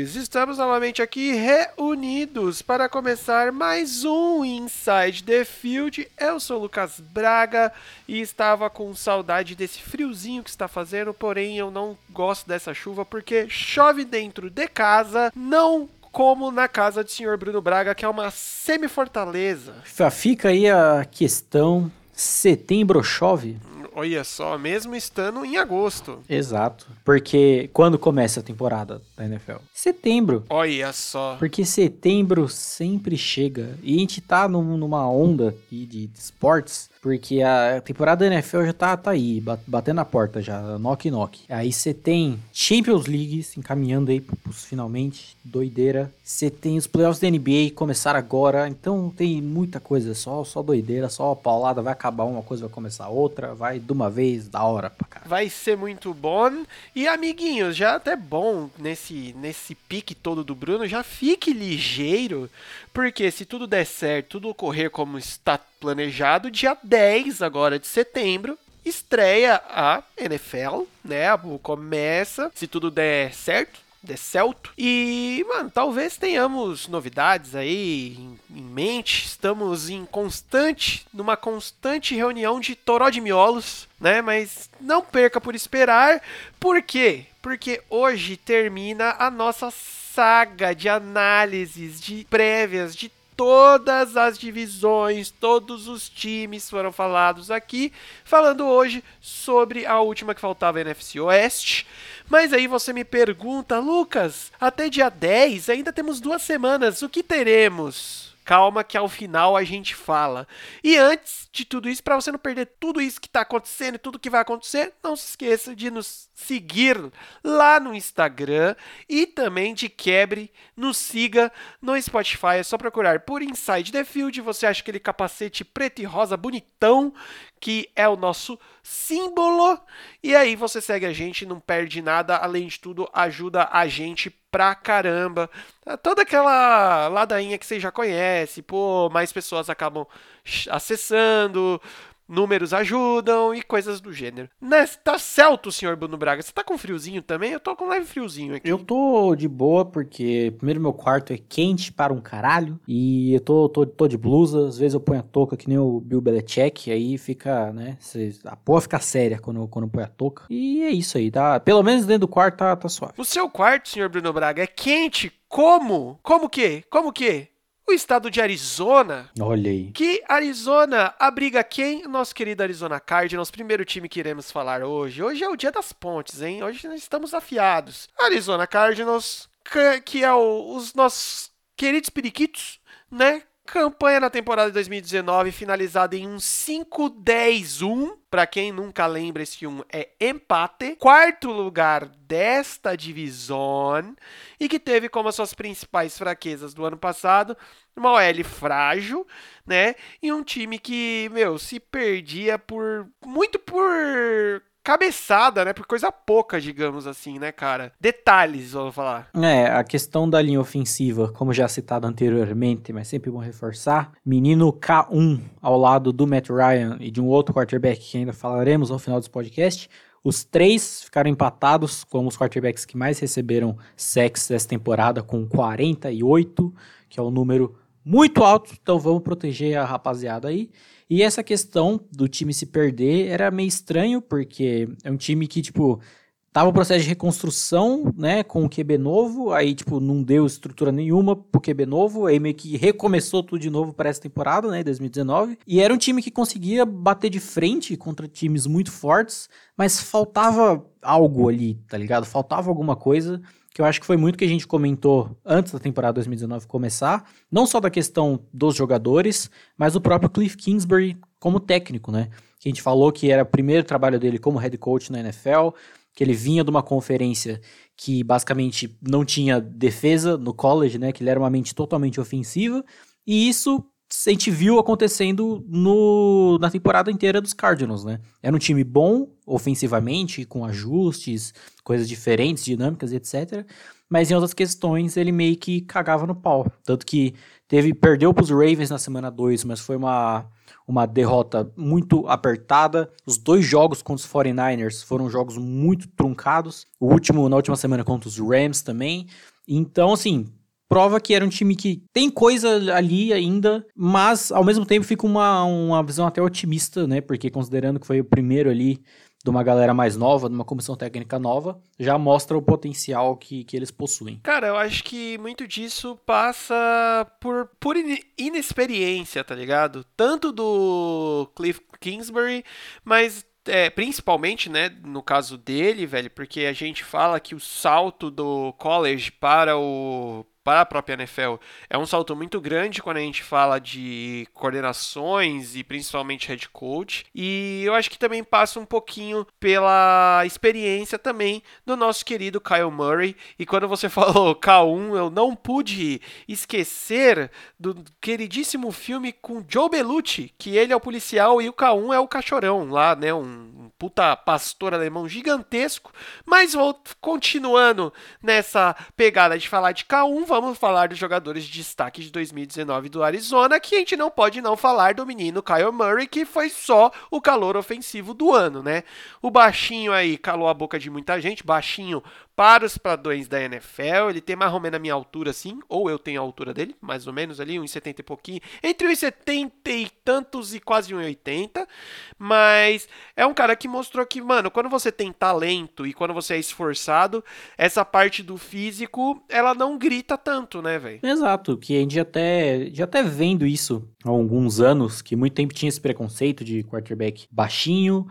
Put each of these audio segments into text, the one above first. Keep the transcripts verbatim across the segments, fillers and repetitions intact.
amiguinhos, estamos novamente aqui reunidos para começar mais um Inside the Field. Eu sou o Lucas Braga e estava com saudade desse friozinho que está fazendo, porém eu não gosto dessa chuva porque chove dentro de casa, não como na casa do senhor Bruno Braga, que é uma semi-fortaleza. Fica aí a questão, setembro chove? Olha só, mesmo estando em agosto. Exato, porque quando começa a temporada da N F L? Setembro. Olha só. Porque setembro sempre chega e a gente tá num, numa onda aqui de, de esportes, porque a temporada da N F L já tá, tá aí, batendo na porta já, knock knock. Aí você tem Champions League se encaminhando aí pros finalmente, doideira. Você tem os playoffs da N B A começar agora, então tem muita coisa, só, só doideira, só a paulada, vai acabar uma coisa, vai começar outra, vai de uma vez, da hora pra cá. Vai ser muito bom. E amiguinhos, já até bom nesse, nesse pique todo do Bruno, já fique ligeiro, porque se tudo der certo, tudo ocorrer como está planejado, dia dez agora de setembro, estreia a N F L, né? Começa, se tudo der certo, der certo. E, mano, talvez tenhamos novidades aí em, em mente. Estamos em constante, numa constante reunião de toró de miolos, né? Mas não perca por esperar. Por quê? Porque hoje termina a nossa saga de análises, de prévias, de todas as divisões, todos os times foram falados aqui, falando hoje sobre a última que faltava, a N F C Oeste. Mas aí você me pergunta, Lucas, até dia dez, ainda temos duas semanas, o que teremos? Calma que ao final a gente fala. E antes de tudo isso, para você não perder tudo isso que está acontecendo e tudo que vai acontecer, não se esqueça de nos seguir lá no Instagram e também de quebre, nos siga no Spotify. É só procurar por Inside the Field. Você acha aquele capacete preto e rosa bonitão, que é o nosso símbolo. E aí você segue a gente, não perde nada. Além de tudo, ajuda a gente pra caramba. Toda aquela ladainha que você já conhece. Pô, mais pessoas acabam acessando, números ajudam e coisas do gênero. Né? Tá certo, senhor Bruno Braga? Você tá com friozinho também? Eu tô com um leve friozinho aqui. Eu tô de boa porque, primeiro, meu quarto é quente para um caralho e eu tô, tô, tô de blusa. Às vezes eu ponho a touca que nem o Bill Belichick, aí fica, né, cê, a porra fica séria quando, quando eu ponho a touca. E é isso aí, tá? Pelo menos dentro do quarto tá, tá suave. O seu quarto, senhor Bruno Braga, é quente como? Como que? Como que? O estado de Arizona. Olha aí. Que Arizona abriga quem? Nosso querido Arizona Cardinals, primeiro time que iremos falar hoje. Hoje é o dia das pontes, hein? Hoje nós estamos afiados. Arizona Cardinals, que é o, os nossos queridos periquitos, né? Campanha na temporada de dois mil e dezenove, finalizada em um cinco dez um. Para quem nunca lembra, esse um é empate. Quarto lugar desta divisão. E que teve como as suas principais fraquezas do ano passado uma O L frágil, né? E um time que, meu, se perdia por... muito por... cabeçada, né? Por coisa pouca, digamos assim, né, cara? Detalhes, vamos falar. É, a questão da linha ofensiva, como já citado anteriormente, mas sempre bom reforçar, menino K um ao lado do Matt Ryan e de um outro quarterback que ainda falaremos ao final desse podcast, os três ficaram empatados como os quarterbacks que mais receberam sacks dessa temporada, com quarenta e oito, que é um número muito alto, então vamos proteger a rapaziada aí. E essa questão do time se perder era meio estranho, porque é um time que, tipo, tava no processo de reconstrução, né, com o Q B novo, aí, tipo, não deu estrutura nenhuma pro Q B novo, aí meio que recomeçou tudo de novo para essa temporada, né, dois mil e dezenove, e era um time que conseguia bater de frente contra times muito fortes, mas faltava algo ali, tá ligado? Faltava alguma coisa, que eu acho que foi muito que a gente comentou antes da temporada dois mil e dezenove começar, não só da questão dos jogadores, mas do próprio Cliff Kingsbury como técnico, né? Que a gente falou que era o primeiro trabalho dele como head coach na N F L, que ele vinha de uma conferência que basicamente não tinha defesa no college, né? Que ele era uma mente totalmente ofensiva, e isso a gente viu acontecendo no, na temporada inteira dos Cardinals, né? Era um time bom, ofensivamente, com ajustes, coisas diferentes, dinâmicas, etcétera. Mas em outras questões, ele meio que cagava no pau. Tanto que teve, perdeu para os Ravens na semana dois, mas foi uma, uma derrota muito apertada. Os dois jogos contra os forty-niners foram jogos muito truncados. O último, na última semana, contra os Rams também. Então, assim... prova que era um time que tem coisa ali ainda, mas ao mesmo tempo fica uma, uma visão até otimista, né? Porque considerando que foi o primeiro ali de uma galera mais nova, de uma comissão técnica nova, já mostra o potencial que, que eles possuem. Cara, eu acho que muito disso passa por, por inexperiência, tá ligado? Tanto do Cliff Kingsbury, mas... É, principalmente, né, no caso dele, velho, porque a gente fala que o salto do college para o para a própria N F L é um salto muito grande quando a gente fala de coordenações e principalmente head coach, e eu acho que também passa um pouquinho pela experiência também do nosso querido Kyle Murray. E quando você falou K um, eu não pude esquecer do queridíssimo filme com Joe Bellucci, que ele é o policial e o K um é o cachorrão lá, né, um, um puta pastor alemão gigantesco. Mas vou continuando nessa pegada de falar de K um, vamos falar dos jogadores de destaque de dois mil e dezenove do Arizona, que a gente não pode não falar do menino Kyle Murray, que foi só o calor ofensivo do ano, né? O baixinho aí calou a boca de muita gente, baixinho para os padrões da N F L, ele tem mais ou menos a minha altura assim, ou eu tenho a altura dele, mais ou menos ali, um e setenta e pouquinho, entre um e setenta e tantos e quase um e oitenta, mas é um cara que mostrou que, mano, quando você tem talento e quando você é esforçado, essa parte do físico, ela não grita tanto, né, velho? Exato, que a gente já até, já até vendo isso há alguns anos, que muito tempo tinha esse preconceito de quarterback baixinho,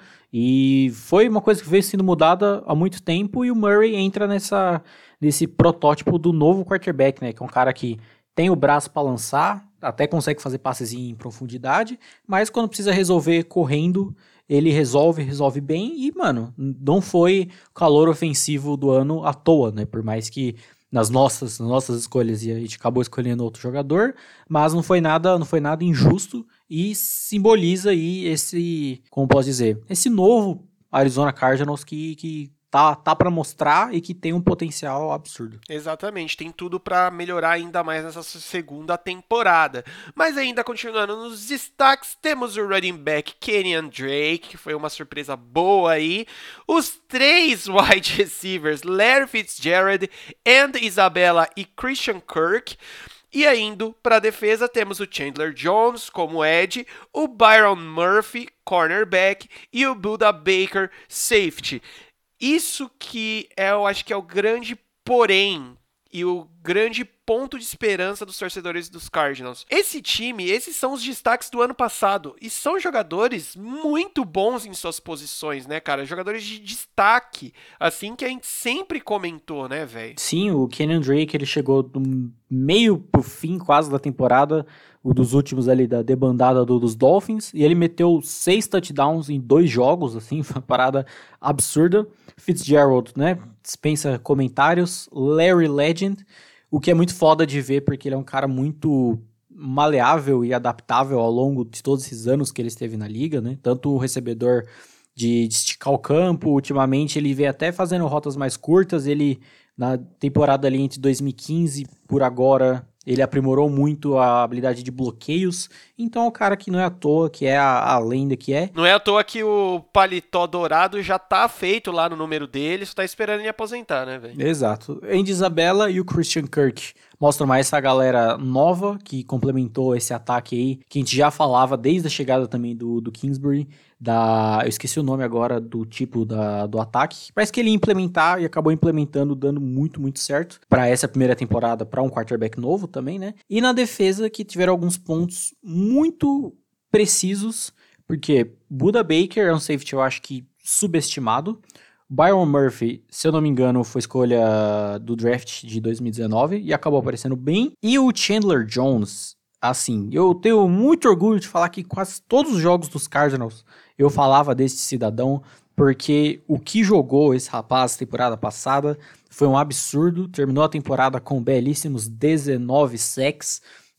e foi uma coisa que veio sendo mudada há muito tempo, e o Murray entra nessa, nesse protótipo do novo quarterback, né, que é um cara que tem o braço para lançar, até consegue fazer passes em profundidade, mas quando precisa resolver correndo, ele resolve, resolve bem, e, mano, não foi o calor ofensivo do ano à toa, né, por mais que nas nossas, nas nossas escolhas e a gente acabou escolhendo outro jogador, mas não foi nada, não foi nada injusto e simboliza aí esse, como posso dizer, esse novo Arizona Cardinals que, que tá, tá para mostrar e que tem um potencial absurdo. Exatamente, tem tudo para melhorar ainda mais nessa segunda temporada. Mas ainda continuando nos destaques, temos o running back Kenyan Drake, que foi uma surpresa boa aí. Os três wide receivers, Larry Fitzgerald, and Isabella e Christian Kirk. E ainda, para a defesa, temos o Chandler Jones como edge, o Byron Murphy, cornerback, e o Buda Baker, safety. Isso que é, eu acho que é o grande porém e o grande ponto de esperança dos torcedores dos Cardinals. Esse time, esses são os destaques do ano passado. E são jogadores muito bons em suas posições, né, cara? Jogadores de destaque, assim que a gente sempre comentou, né, velho? Sim, o Kenyan Drake, ele chegou do meio pro fim quase da temporada, o dos últimos ali da debandada do, dos Dolphins, e ele meteu seis touchdowns em dois jogos, assim, foi uma parada absurda. Fitzgerald, né, dispensa comentários. Larry Legend, o que é muito foda de ver, porque ele é um cara muito maleável e adaptável ao longo de todos esses anos que ele esteve na liga, né, tanto o recebedor de, de esticar o campo, ultimamente ele vem até fazendo rotas mais curtas, ele na temporada ali entre dois mil e quinze por agora, ele aprimorou muito a habilidade de bloqueios, então é um cara que não é à toa, que é a, a lenda que é. Não é à toa que o paletó dourado já tá feito lá no número dele, só tá esperando ele aposentar, né, velho? Exato. Andy Isabella e o Christian Kirk mostram mais essa galera nova que complementou esse ataque aí, que a gente já falava desde a chegada também do, do Kingsbury, da, eu esqueci o nome agora do tipo da, do ataque, parece que ele ia implementar e acabou implementando, dando muito, muito certo para essa primeira temporada, para um quarterback novo também, né? E na defesa que tiveram alguns pontos muito precisos, porque Buda Baker é um safety, eu acho que subestimado. Byron Murphy, se eu não me engano, foi escolha do draft de dois mil e dezenove e acabou aparecendo bem. E o Chandler Jones, assim, eu tenho muito orgulho de falar que quase todos os jogos dos Cardinals eu falava desse cidadão, porque o que jogou esse rapaz temporada passada foi um absurdo. Terminou a temporada com belíssimos dezenove sacks,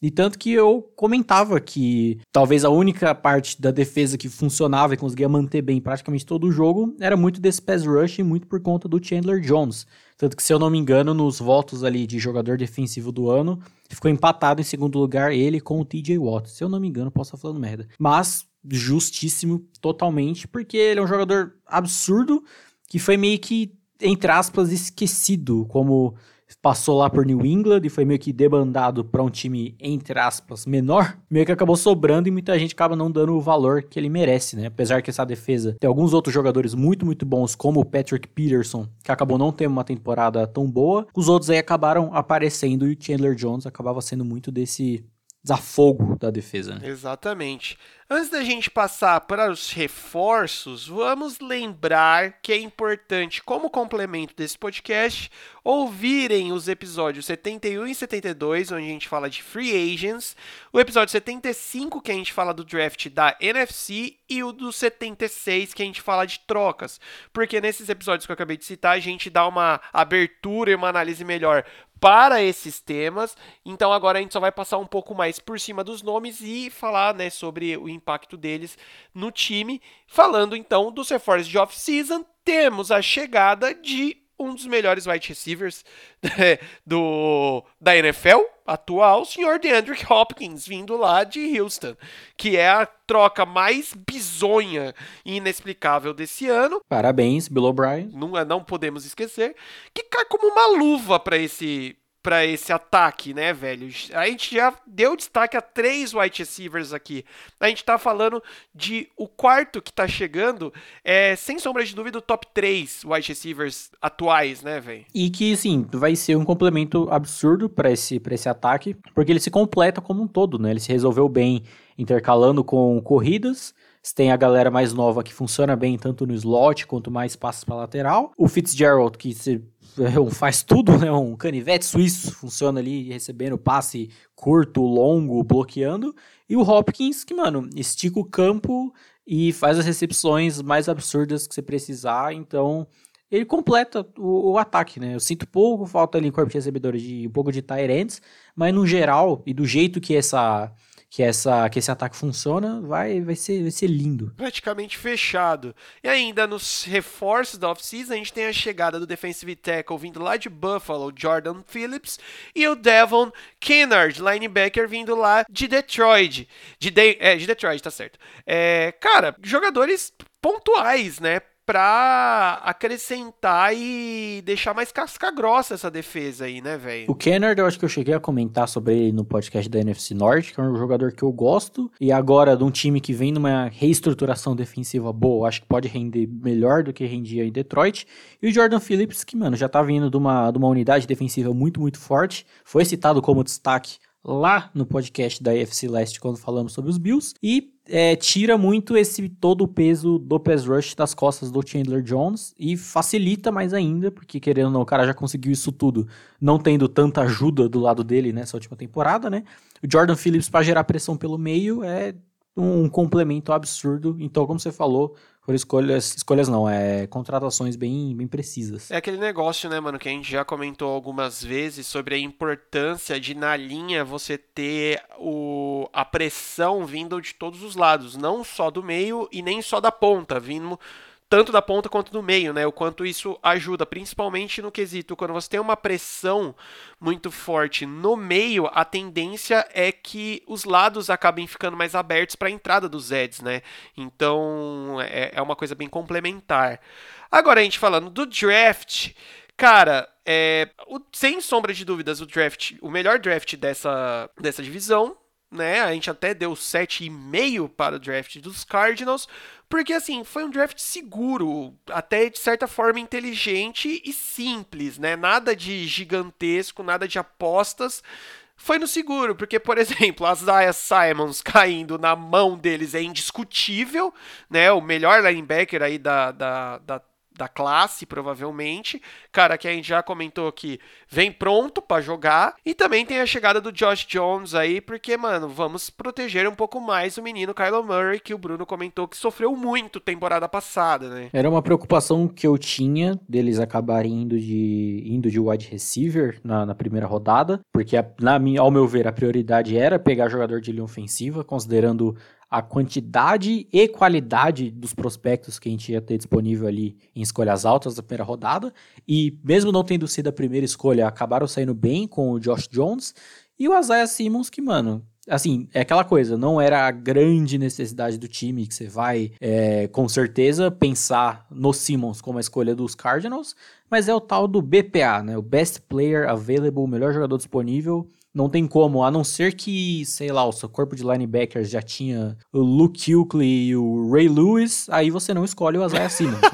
E tanto que eu comentava que talvez a única parte da defesa que funcionava e conseguia manter bem praticamente todo o jogo era muito desse pass rush e muito por conta do Chandler Jones. Tanto que, se eu não me engano, nos votos ali de jogador defensivo do ano, ficou empatado em segundo lugar ele com o T J Watt. Se eu não me engano, posso estar falando merda. Mas justíssimo totalmente, porque ele é um jogador absurdo que foi meio que, entre aspas, esquecido, como passou lá por New England e foi meio que debandado para um time, entre aspas, menor, meio que acabou sobrando e muita gente acaba não dando o valor que ele merece, né? Apesar que essa defesa tem alguns outros jogadores muito, muito bons, como o Patrick Peterson, que acabou não tendo uma temporada tão boa, os outros aí acabaram aparecendo e o Chandler Jones acabava sendo muito desse desafogo da defesa, né? Exatamente. Antes da gente passar para os reforços, vamos lembrar que é importante, como complemento desse podcast, ouvirem os episódios setenta e um e setenta e dois, onde a gente fala de free agents, o episódio setenta e cinco, que a gente fala do draft da N F C, e o do setenta e seis, que a gente fala de trocas. Porque nesses episódios que eu acabei de citar, a gente dá uma abertura e uma análise melhor para esses temas. Então agora a gente só vai passar um pouco mais por cima dos nomes e falar, né, sobre o impacto deles no time. Falando então dos reforços de off-season, temos a chegada de um dos melhores wide receivers do, da N F L atual, o senhor DeAndre Hopkins, vindo lá de Houston, que é a troca mais bizonha e inexplicável desse ano. Parabéns, Bill O'Brien. Não, não podemos esquecer, que cai como uma luva para esse... para esse ataque, né, velho? A gente já deu destaque a três wide receivers aqui. A gente tá falando de o quarto que tá chegando, é, sem sombra de dúvida, o top três wide receivers atuais, né, velho? E que, sim, vai ser um complemento absurdo pra esse, pra esse ataque, porque ele se completa como um todo, né? Ele se resolveu bem intercalando com corridas. Você tem a galera mais nova que funciona bem tanto no slot quanto mais passes pra lateral. O Fitzgerald, que se faz tudo, né? Um canivete suíço, funciona ali recebendo passe curto, longo, bloqueando. E o Hopkins, que, mano, estica o campo e faz as recepções mais absurdas que você precisar. Então, ele completa o, o ataque, né? Eu sinto pouco falta ali em corpo de recebedores, de um pouco de tight ends, mas no geral, e do jeito que essa... Que, essa, que esse ataque funciona, vai, vai, ser, vai ser lindo. Praticamente fechado. E ainda nos reforços da off-season, a gente tem a chegada do defensive tackle vindo lá de Buffalo, Jordan Phillips, e o Devon Kennard, linebacker, vindo lá de Detroit. De, de, é, de Detroit, tá certo. É, cara, jogadores pontuais, né? Pra acrescentar e deixar mais casca grossa essa defesa aí, né, velho? O Kennard, eu acho que eu cheguei a comentar sobre ele no podcast da N F C Norte, que é um jogador que eu gosto, e agora de um time que vem numa reestruturação defensiva boa, acho que pode render melhor do que rendia em Detroit. E o Jordan Phillips, que, mano, já tá vindo de uma, de uma unidade defensiva muito, muito forte, foi citado como destaque lá no podcast da A F C Leste quando falamos sobre os Bills, e é, tira muito esse todo o peso do pass rush das costas do Chandler Jones e facilita mais ainda, porque querendo ou não, o cara já conseguiu isso tudo, não tendo tanta ajuda do lado dele nessa última temporada, né? O Jordan Phillips, para gerar pressão pelo meio, é um complemento absurdo. Então, como você falou, foram escolhas, escolhas não, é contratações bem, bem precisas. É aquele negócio, né, mano, que a gente já comentou algumas vezes sobre a importância de, na linha, você ter o, a pressão vindo de todos os lados, não só do meio e nem só da ponta, vindo tanto da ponta quanto do meio, né? O quanto isso ajuda, principalmente no quesito, quando você tem uma pressão muito forte no meio, a tendência é que os lados acabem ficando mais abertos para a entrada dos Eds, né? Então, é, é uma coisa bem complementar. Agora, a gente falando do draft, cara, é, o, sem sombra de dúvidas, o draft, o melhor draft dessa, dessa divisão, né? A gente até deu sete vírgula cinco para o draft dos Cardinals, porque assim, foi um draft seguro, até de certa forma inteligente e simples, né? Nada de gigantesco, nada de apostas. Foi no seguro, porque, por exemplo, a Isaiah Simons caindo na mão deles é indiscutível, né? O melhor linebacker aí da, da, da da classe, provavelmente. Cara, que a gente já comentou que vem pronto pra jogar. E também tem a chegada do Josh Jones aí, porque, mano, vamos proteger um pouco mais o menino Kyler Murray, que o Bruno comentou que sofreu muito temporada passada, né? Era uma preocupação que eu tinha deles acabarem indo de, indo de wide receiver na, na primeira rodada, porque, a, na minha, ao meu ver, a prioridade era pegar jogador de linha ofensiva, considerando a quantidade e qualidade dos prospectos que a gente ia ter disponível ali em escolhas altas da primeira rodada, e mesmo não tendo sido a primeira escolha, acabaram saindo bem com o Josh Jones e o Isaiah Simmons, que, mano, assim, é aquela coisa, não era a grande necessidade do time, que você vai, é, com certeza, pensar no Simmons como a escolha dos Cardinals, mas é o tal do B P A, né, o Best Player Available, o melhor jogador disponível. Não tem como, a não ser que, sei lá, o seu corpo de linebackers já tinha o Luke Kuechly e o Ray Lewis, aí você não escolhe o Isaiah Simmons, né?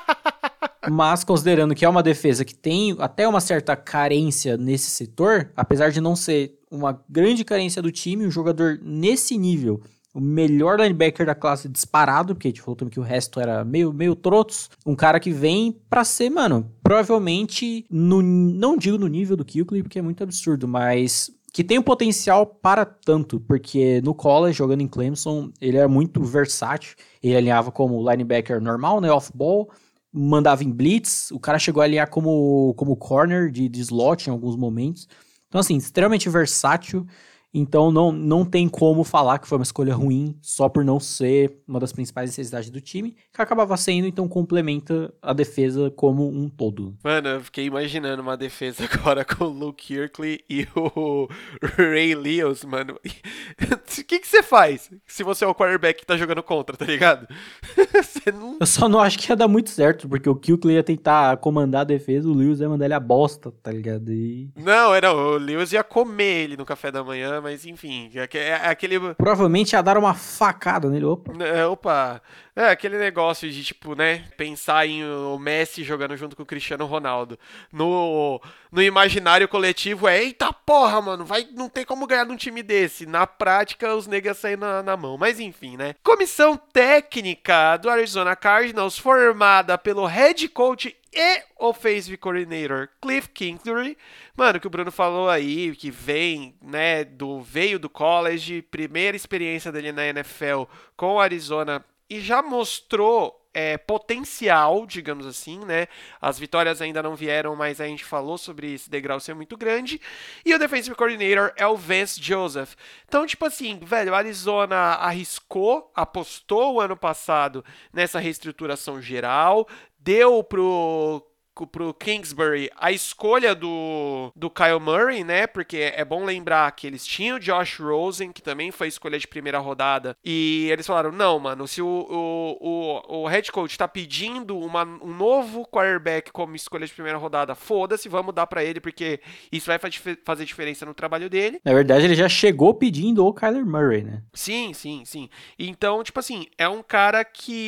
Mas, considerando que é uma defesa que tem até uma certa carência nesse setor, apesar de não ser uma grande carência do time, um jogador nesse nível, o melhor linebacker da classe disparado, porque a gente falou também que o resto era meio, meio trotos, um cara que vem pra ser, mano, provavelmente, no, não digo no nível do Kuechly, porque é muito absurdo, mas que tem um potencial para tanto, porque no college, jogando em Clemson, ele era muito versátil, ele alinhava como linebacker normal, né, off-ball, mandava em blitz, o cara chegou a alinhar como, como corner de, de slot em alguns momentos, então assim, extremamente versátil. Então não, não tem como falar que foi uma escolha ruim só por não ser uma das principais necessidades do time, que acabava sendo, então complementa a defesa como um todo. Mano, eu fiquei imaginando uma defesa agora com o Luke Kuechly e o Ray Lewis, mano. O que que você faz se você é o quarterback que tá jogando contra, tá ligado? Você não... Eu só não acho que ia dar muito certo, porque o Kuechly ia tentar comandar a defesa, o Lewis ia mandar ele a bosta, tá ligado? E... Não, era, o Lewis ia comer ele no café da manhã, mas enfim, é, é aquele... Provavelmente ia dar uma facada nele, opa. É, opa, é aquele negócio de, tipo, né, pensar em o Messi jogando junto com o Cristiano Ronaldo. No, no imaginário coletivo é, eita porra, mano, vai, não tem como ganhar num time desse. Na prática, os negros saem na, na mão, mas enfim, né. Comissão técnica do Arizona Cardinals, formada pelo head coach e offensive coordinator Cliff Kingsbury, mano, que o Bruno falou aí, que vem, né, do, veio do college, primeira experiência dele na N F L com o Arizona e já mostrou é, potencial, digamos assim, né, as vitórias ainda não vieram, mas a gente falou sobre esse degrau ser muito grande, e o defensive coordinator é o Vance Joseph. Então, tipo assim, velho, o Arizona arriscou, apostou o ano passado nessa reestruturação geral, deu pro, pro Kingsbury a escolha do, do Kyle Murray, né? Porque é bom lembrar que eles tinham o Josh Rosen, que também foi escolha de primeira rodada, e eles falaram, não, mano, se o, o, o, o head coach tá pedindo uma, um novo quarterback como escolha de primeira rodada, foda-se, vamos dar pra ele, porque isso vai fazer diferença no trabalho dele. Na verdade, ele já chegou pedindo o Kyler Murray, né? Sim, sim, sim. Então, tipo assim, é um cara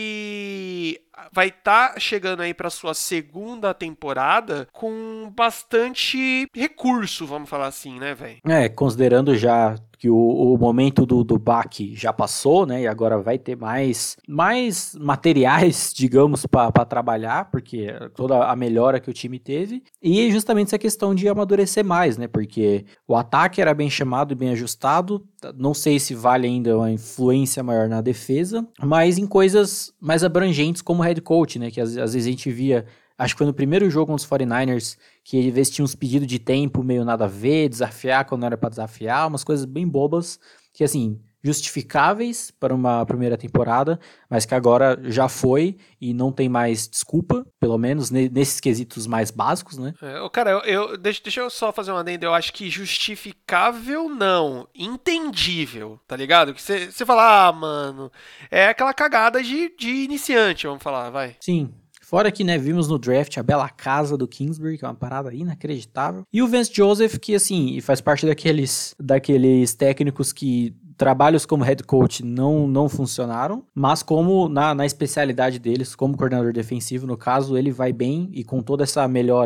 que vai estar tá chegando aí para sua segunda temporada com bastante recurso, vamos falar assim, né, velho? É, considerando já que o, o momento do, do baque já passou, né, e agora vai ter mais, mais materiais, digamos, para trabalhar, porque toda a melhora que o time teve, e justamente essa questão de amadurecer mais, né, porque o ataque era bem chamado e bem ajustado, não sei se vale ainda uma influência maior na defesa, mas em coisas mais abrangentes como head coach, né, que às, às vezes a gente via, acho que foi no primeiro jogo com os forty-niners, que às vezes tinha uns pedidos de tempo meio nada a ver, desafiar quando não era pra desafiar, umas coisas bem bobas, que assim, justificáveis para uma primeira temporada, mas que agora já foi e não tem mais desculpa, pelo menos nesses quesitos mais básicos, né? É, cara, eu, eu, deixa, deixa eu só fazer um adendo, eu acho que justificável não, entendível, tá ligado? Que você fala, ah, mano, é aquela cagada de, de iniciante, vamos falar, vai. Sim. Fora que, né, vimos no draft a bela casa do Kingsbury, que é uma parada inacreditável. E o Vance Joseph, que, assim, faz parte daqueles, daqueles técnicos que trabalhos como head coach não, não funcionaram, mas como na, na especialidade deles, como coordenador defensivo, no caso, ele vai bem e com toda essa melhora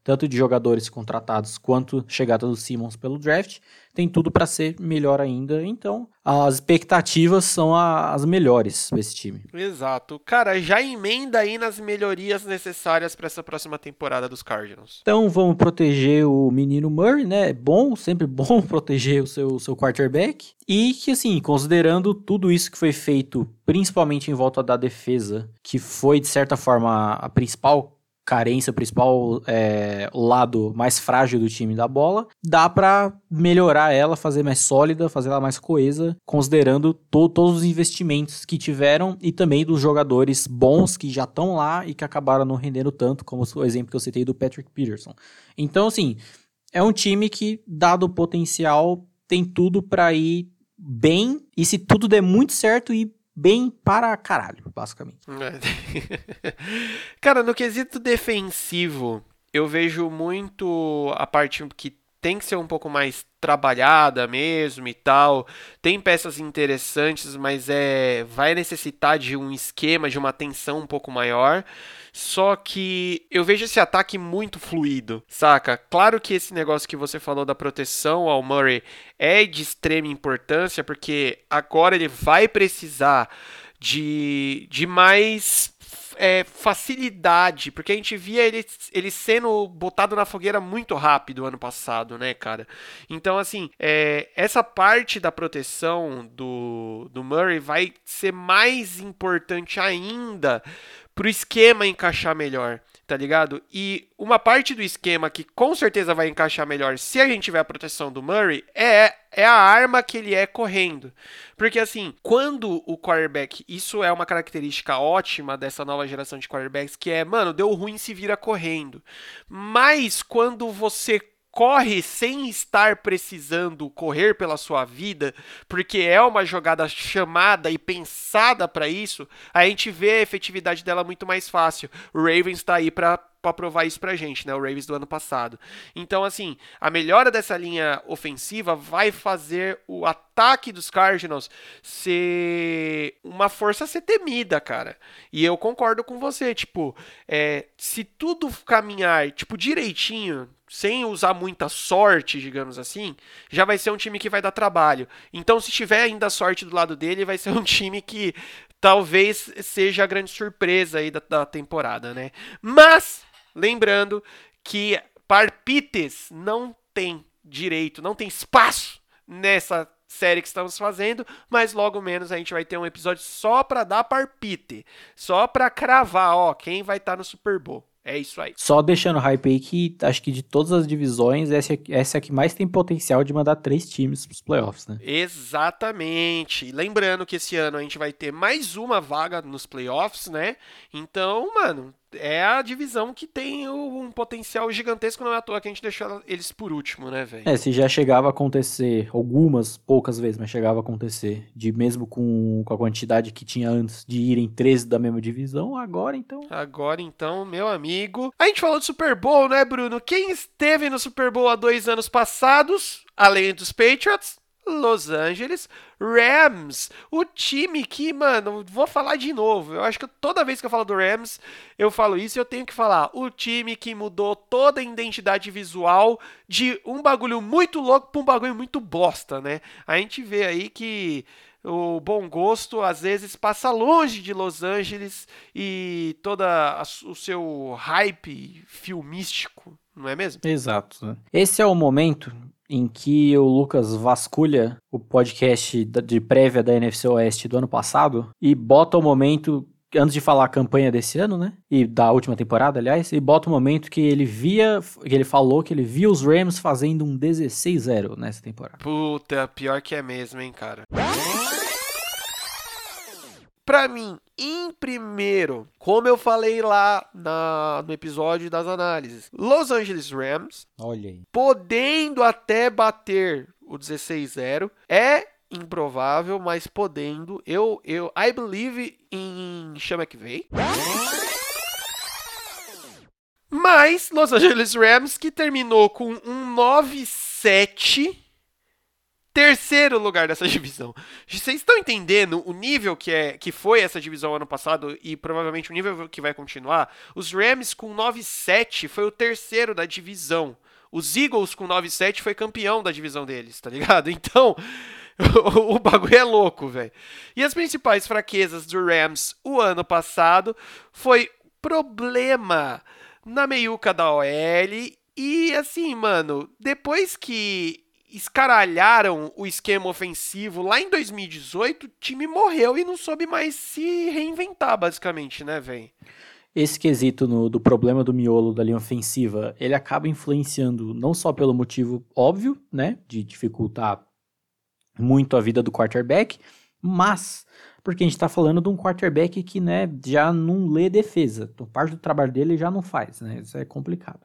tanto de jogadores contratados quanto chegada do Simmons pelo draft, tem tudo para ser melhor ainda. Então, as expectativas são a, as melhores para esse time. Exato. Cara, já emenda aí nas melhorias necessárias para essa próxima temporada dos Cardinals. Então, vamos proteger o menino Murray, né? É bom, sempre bom proteger o seu, seu quarterback. E que, assim, considerando tudo isso que foi feito, principalmente em volta da defesa, que foi, de certa forma, a principal carência, o principal é, lado mais frágil do time da bola, dá pra melhorar ela, fazer mais sólida, fazer ela mais coesa, considerando to- todos os investimentos que tiveram e também dos jogadores bons que já estão lá e que acabaram não rendendo tanto, como o exemplo que eu citei do Patrick Peterson. Então, assim, é um time que, dado o potencial, tem tudo pra ir bem, e se tudo der muito certo, ir bem para caralho, basicamente. Cara, no quesito defensivo, eu vejo muito a parte que tem que ser um pouco mais trabalhada mesmo e tal. Tem peças interessantes, mas é vai necessitar de um esquema, de uma atenção um pouco maior. Só que eu vejo esse ataque muito fluido, saca? Claro que esse negócio que você falou da proteção ao Murray é de extrema importância, porque agora ele vai precisar de, de mais é, facilidade, porque a gente via ele, ele sendo botado na fogueira muito rápido ano passado, né, cara? Então, assim, é, essa parte da proteção do, do Murray vai ser mais importante ainda pro esquema encaixar melhor, tá ligado? E uma parte do esquema que com certeza vai encaixar melhor se a gente tiver a proteção do Murray é, é a arma que ele é correndo. Porque assim, quando o quarterback, isso é uma característica ótima dessa nova geração de quarterbacks, que é, mano, deu ruim, se vira correndo. Mas quando você corre sem estar precisando correr pela sua vida, porque é uma jogada chamada e pensada para isso, a gente vê a efetividade dela muito mais fácil. O Ravens está aí para para provar isso pra gente, né? O Ravens do ano passado. Então, assim, a melhora dessa linha ofensiva vai fazer o ataque dos Cardinals ser uma força a ser temida, cara. E eu concordo com você, tipo, é, se tudo caminhar, tipo, direitinho, sem usar muita sorte, digamos assim, já vai ser um time que vai dar trabalho. Então, se tiver ainda sorte do lado dele, vai ser um time que talvez seja a grande surpresa aí da, da temporada, né? Mas, lembrando que palpites não tem direito, não tem espaço nessa série que estamos fazendo, mas logo menos a gente vai ter um episódio só para dar palpite, só para cravar, ó, quem vai estar tá no Super Bowl. É isso aí. Só deixando hype aí que acho que de todas as divisões, essa, essa é a que mais tem potencial de mandar três times pros playoffs, né? Exatamente. Lembrando que esse ano a gente vai ter mais uma vaga nos playoffs, né? Então, mano, é a divisão que tem um potencial gigantesco, não é à toa que a gente deixou eles por último, né, velho? É, se já chegava a acontecer algumas, poucas vezes, mas chegava a acontecer, de mesmo com, com a quantidade que tinha antes de irem treze da mesma divisão, agora então... Agora então, meu amigo... A gente falou do Super Bowl, né, Bruno? Quem esteve no Super Bowl há dois anos passados, além dos Patriots? Los Angeles Rams, o time que, mano, vou falar de novo, eu acho que toda vez que eu falo do Rams, eu falo isso e eu tenho que falar, o time que mudou toda a identidade visual de um bagulho muito louco pra um bagulho muito bosta, né? A gente vê aí que o bom gosto às vezes passa longe de Los Angeles e todo o seu hype filmístico, não é mesmo? Exato, né? Esse é o momento em que o Lucas vasculha o podcast de prévia da N F C Oeste do ano passado e bota o momento, antes de falar a campanha desse ano, né, e da última temporada, aliás, e bota o momento que ele via, que ele falou que ele via os Rams fazendo um dezesseis a zero nessa temporada. Puta, pior que é mesmo, hein, cara. Pra mim, em primeiro, como eu falei lá na, no episódio das análises, Los Angeles Rams, olha aí, podendo até bater o dezesseis a zero, é improvável, mas podendo, eu, eu I believe em Sean McVay. Mas Los Angeles Rams, que terminou com um nove a sete, terceiro lugar dessa divisão. Vocês estão entendendo o nível que, é, que foi essa divisão ano passado e provavelmente o nível que vai continuar? Os Rams com nove sete foi o terceiro da divisão. Os Eagles com nove sete foi campeão da divisão deles, tá ligado? Então, o, o bagulho é louco, velho. E as principais fraquezas do Rams o ano passado foi problema na meiuca da O L e, assim, mano, depois que escaralharam o esquema ofensivo lá em dois mil e dezoito, o time morreu e não soube mais se reinventar, basicamente, né, velho? Esse quesito no, do problema do miolo da linha ofensiva, ele acaba influenciando não só pelo motivo óbvio, né, de dificultar muito a vida do quarterback, mas porque a gente tá falando de um quarterback que, né, já não lê defesa. Então, parte do trabalho dele já não faz, né, isso é complicado.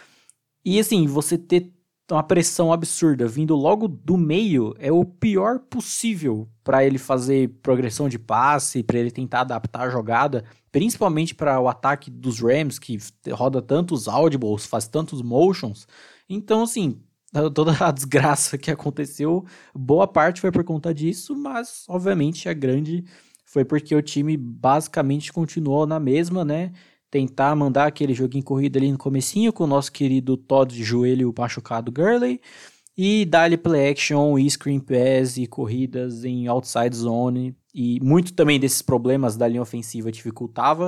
E assim, você ter uma pressão absurda vindo logo do meio é o pior possível para ele fazer progressão de passe, para ele tentar adaptar a jogada, principalmente para o ataque dos Rams, que roda tantos audibles, faz tantos motions. Então, assim, toda a desgraça que aconteceu, boa parte foi por conta disso, mas, obviamente, a grande foi porque o time basicamente continuou na mesma, né? Tentar mandar aquele joguinho corrido ali no comecinho com o nosso querido Todd de joelho machucado Gurley e dar-lhe play action e screen pass e corridas em outside zone, e muito também desses problemas da linha ofensiva dificultava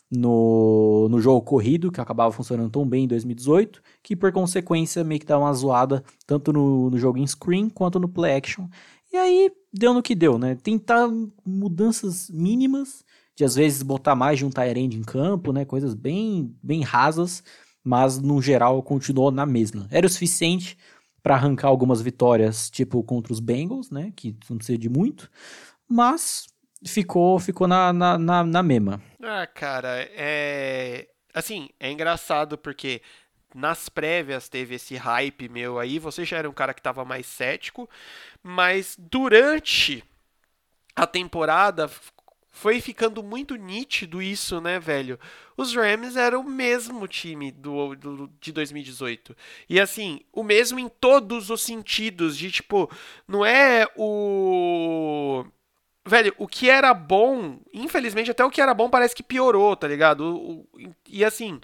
no, no jogo corrido, que acabava funcionando tão bem em dois mil e dezoito, que por consequência meio que dá uma zoada tanto no, no jogo em screen quanto no play action. E aí deu no que deu, né? Tentar mudanças mínimas, de às vezes botar mais de um tight end em campo, né, coisas bem, bem rasas, mas no geral continuou na mesma. Era o suficiente para arrancar algumas vitórias, tipo contra os Bengals, né, que não precisa de muito, mas ficou, ficou na, na, na, na mesma. Ah, cara, é... assim, é engraçado porque nas prévias teve esse hype meu aí, você já era um cara que tava mais cético, mas durante a temporada foi ficando muito nítido isso, né, velho? Os Rams eram o mesmo time do, do, de dois mil e dezoito. E, assim, o mesmo em todos os sentidos. De, tipo, não é o... Velho, o que era bom... Infelizmente, até o que era bom parece que piorou, tá ligado? O, o, e, assim...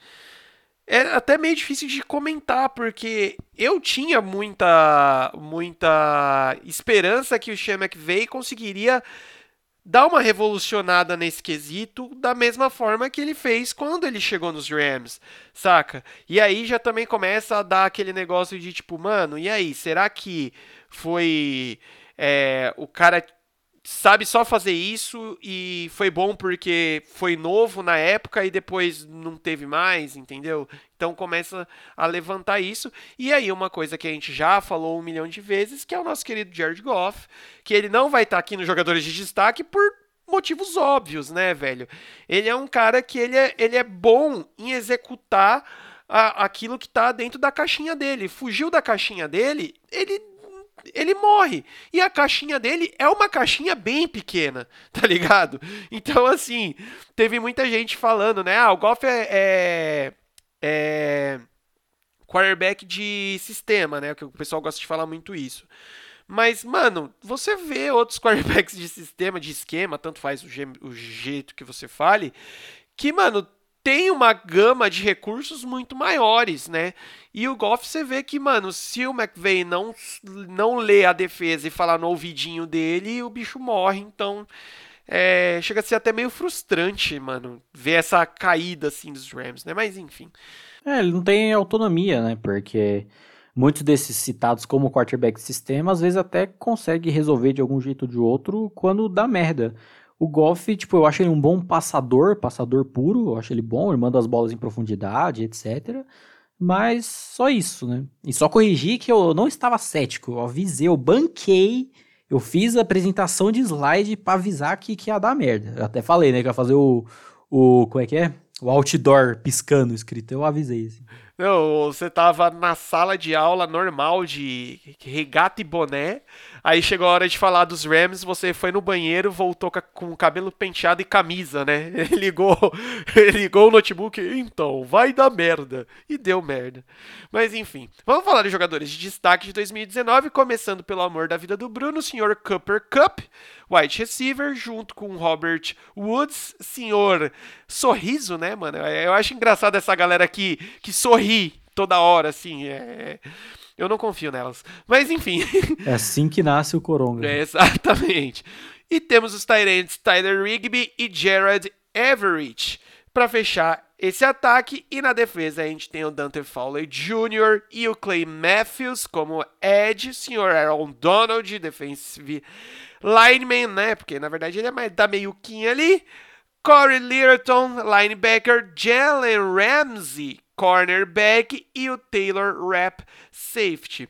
É até meio difícil de comentar, porque eu tinha muita, muita esperança que o Sean McVay conseguiria dar uma revolucionada nesse quesito da mesma forma que ele fez quando ele chegou nos Rams, saca? E aí já também começa a dar aquele negócio de tipo, mano, e aí, será que foi é, o cara sabe só fazer isso e foi bom porque foi novo na época e depois não teve mais, entendeu? Então começa a levantar isso. E aí uma coisa que a gente já falou um milhão de vezes, que é o nosso querido Jared Goff, que ele não vai estar aqui nos jogadores de destaque por motivos óbvios, né, velho? Ele é um cara que ele é, ele é bom em executar a, aquilo que tá dentro da caixinha dele. Fugiu da caixinha dele, ele ele morre. E a caixinha dele é uma caixinha bem pequena, tá ligado? Então, assim, teve muita gente falando, né? Ah, o Goff é, é, é quarterback de sistema, né? Que o pessoal gosta de falar muito isso. Mas, mano, você vê outros quarterbacks de sistema, de esquema, tanto faz o, je- o jeito que você fale, que, mano, tem uma gama de recursos muito maiores, né? E o Goff, você vê que, mano, se o McVay não, não lê a defesa e falar no ouvidinho dele, o bicho morre. Então, é, chega a ser até meio frustrante, mano, ver essa caída, assim, dos Rams, né? Mas, enfim. É, ele não tem autonomia, né? Porque muitos desses citados como quarterback de sistema, às vezes até consegue resolver de algum jeito ou de outro quando dá merda. O Goff, tipo, eu acho ele um bom passador, passador puro, eu acho ele bom, ele manda as bolas em profundidade, etcétera. Mas só isso, né? E só corrigir que eu não estava cético, eu avisei, eu banquei, eu fiz a apresentação de slide pra avisar que, que ia dar merda. Eu até falei, né, que ia fazer o, o, como é que é? O outdoor piscando escrito, eu avisei, assim. Não, você tava na sala de aula normal de regata e boné, aí chegou a hora de falar dos Rams, você foi no banheiro, voltou com o cabelo penteado e camisa, né? Ele ligou, ele ligou o notebook, então, vai dar merda. E deu merda. Mas enfim, vamos falar de jogadores de destaque de dois mil e dezenove, começando pelo amor da vida do Bruno, o senhor Cooper Kupp, wide receiver, junto com Robert Woods, senhor sorriso, né, mano? Eu acho engraçado essa galera que, que sorri toda hora, assim, é... eu não confio nelas. Mas enfim. É assim que nasce o Coronga. É, exatamente. E temos os tight ends Tyler Higbee e Gerald Everett para fechar esse ataque. E na defesa a gente tem o Dante Fowler Júnior e o Clay Matthews como edge, o senhor Aaron Donald, defensive lineman, né? Porque na verdade ele é mais da meiuquinha ali. Corey Littleton, linebacker, Jalen Ramsey, cornerback e o Taylor Rapp, safety.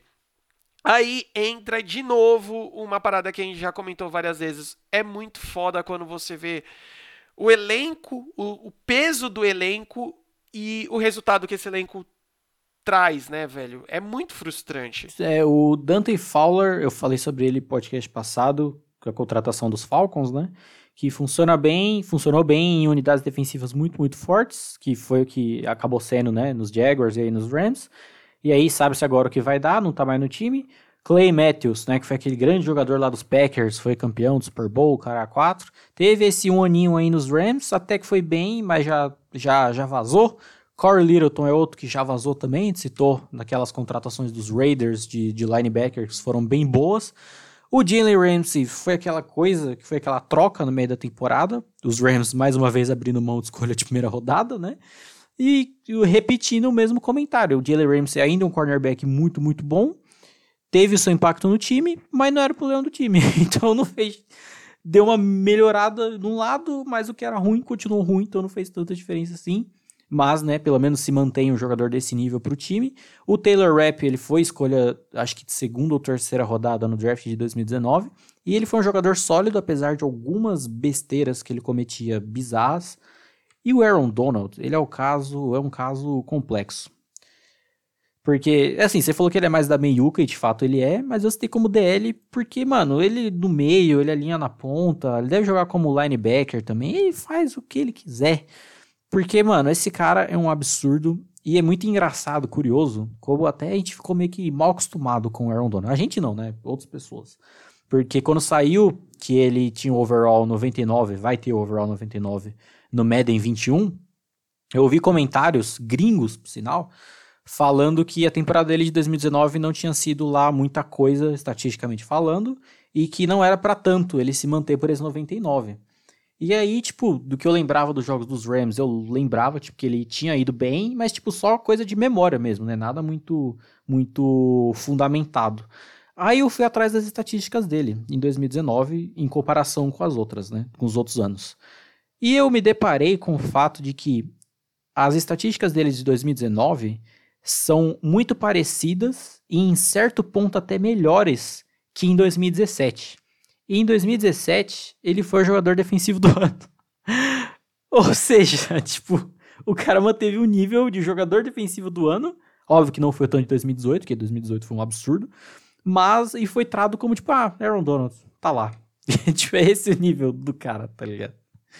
Aí entra de novo uma parada que a gente já comentou várias vezes. É muito foda quando você vê o elenco, o, o peso do elenco e o resultado que esse elenco traz, né, velho? É muito frustrante. É, o Dante Fowler, eu falei sobre ele no podcast passado, com a contratação dos Falcons, né? Que funciona bem, funcionou bem em unidades defensivas muito, muito fortes, que foi o que acabou sendo, né, nos Jaguars e aí nos Rams. E aí sabe-se agora o que vai dar, não tá mais no time. Clay Matthews, né, que foi aquele grande jogador lá dos Packers, foi campeão do Super Bowl, cara, quatro. Teve esse um aninho aí nos Rams, até que foi bem, mas já, já, já vazou. Corey Littleton é outro que já vazou também, a gente citou naquelas contratações dos Raiders de, de linebackers, foram bem boas. O Jalen Ramsey foi aquela coisa, que foi aquela troca no meio da temporada. Os Rams, mais uma vez, abrindo mão de escolha de primeira rodada, né? E repetindo o mesmo comentário. O Jalen Ramsey ainda é um cornerback muito, muito bom. Teve o seu impacto no time, mas não era o problema do time. Então não fez... Deu uma melhorada num lado, mas o que era ruim continuou ruim, então não fez tanta diferença assim. Mas, né, pelo menos se mantém um jogador desse nível pro time. O Taylor Rapp, ele foi escolha, acho que de segunda ou terceira rodada no draft de dois mil e dezenove. E ele foi um jogador sólido, apesar de algumas besteiras que ele cometia bizarras. E o Aaron Donald, ele é o caso, é um caso complexo. Porque, assim, você falou que ele é mais da meiuca, e de fato ele é, mas eu citei como D L porque, mano, ele no meio, ele alinha na ponta, ele deve jogar como linebacker também, ele faz o que ele quiser. Porque, mano, esse cara é um absurdo e é muito engraçado, curioso, como até a gente ficou meio que mal acostumado com o Aaron Donald. A gente não, né? Outras pessoas. Porque quando saiu que ele tinha o overall noventa e nove, vai ter o overall noventa e nove no Madden vinte e um, eu ouvi comentários gringos, por sinal, falando que a temporada dele de dois mil e dezenove não tinha sido lá muita coisa, estatisticamente falando, e que não era pra tanto ele se manter por esse noventa e nove. E aí, tipo, do que eu lembrava dos jogos dos Rams, eu lembrava, tipo, que ele tinha ido bem, mas, tipo, só coisa de memória mesmo, né? Nada muito, muito fundamentado. Aí eu fui atrás das estatísticas dele, em dois mil e dezenove, em comparação com as outras, né? Com os outros anos. E eu me deparei com o fato de que as estatísticas dele de dois mil e dezenove são muito parecidas e, em certo ponto, até melhores que em dois mil e dezessete. E em dois mil e dezessete, ele foi o jogador defensivo do ano. Ou seja, tipo, o cara manteve o nível de jogador defensivo do ano. Óbvio que não foi tanto de dois mil e dezoito, porque dois mil e dezoito foi um absurdo. Mas, e foi trado como, tipo, ah, Aaron Donald, tá lá. Tipo, é esse o nível do cara, tá ligado?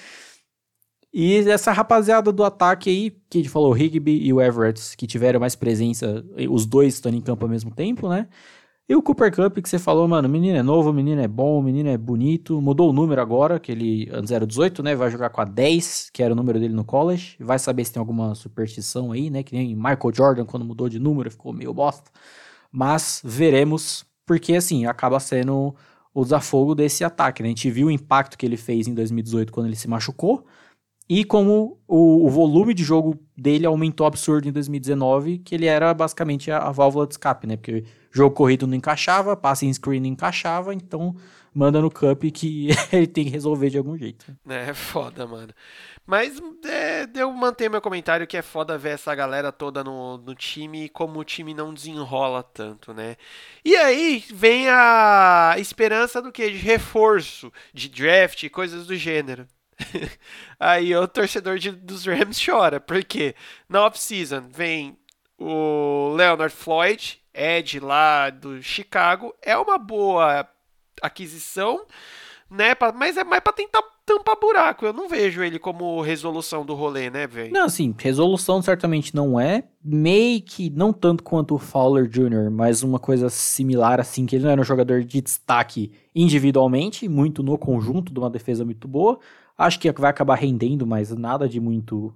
E essa rapaziada do ataque aí, que a gente falou, o Higbee e o Everett, que tiveram mais presença, os dois estando em campo ao mesmo tempo, né? E o Cooper Kupp, que você falou, mano, o menino é novo, o menino é bom, o menino é bonito, mudou o número agora, que ele antes era dezoito, né, vai jogar com a dez, que era o número dele no college, vai saber se tem alguma superstição aí, né, que nem Michael Jordan, quando mudou de número, ficou meio bosta, mas veremos, porque assim, acaba sendo o desafogo desse ataque, né, a gente viu o impacto que ele fez em dois mil e dezoito quando ele se machucou, e como o, o volume de jogo dele aumentou absurdo em dois mil e dezenove, que ele era basicamente a, a válvula de escape, né? Porque jogo corrido não encaixava, passe em screen não encaixava, então manda no Cup que ele tem que resolver de algum jeito. É foda, mano. Mas é, eu mantenho meu comentário que é foda ver essa galera toda no, no time e como o time não desenrola tanto, né? E aí vem a esperança do quê? De reforço, de draft e coisas do gênero. Aí o torcedor de, dos Rams chora, porque na off-season vem o Leonard Floyd, Ed lá do Chicago, é uma boa aquisição, né? Mas é mais pra tentar tampar buraco. Eu não vejo ele como resolução do rolê, né, velho? Não, assim, resolução certamente não é. Meio que, não tanto quanto o Fowler júnior, mas uma coisa similar, assim, que ele não era um jogador de destaque individualmente, muito no conjunto de uma defesa muito boa. Acho que vai acabar rendendo, mas nada de muito,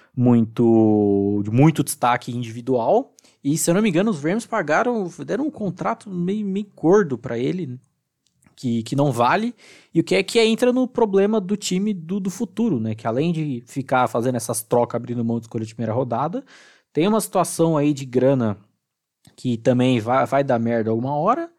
muito, de muito destaque individual. E, se eu não me engano, os Rams pagaram, deram um contrato meio, meio gordo pra ele, Que, que não vale, e o que é que entra no problema do time do, do futuro, né? Que além de ficar fazendo essas trocas, abrindo mão de escolha de primeira rodada, tem uma situação aí de grana que também vai, vai dar merda alguma hora,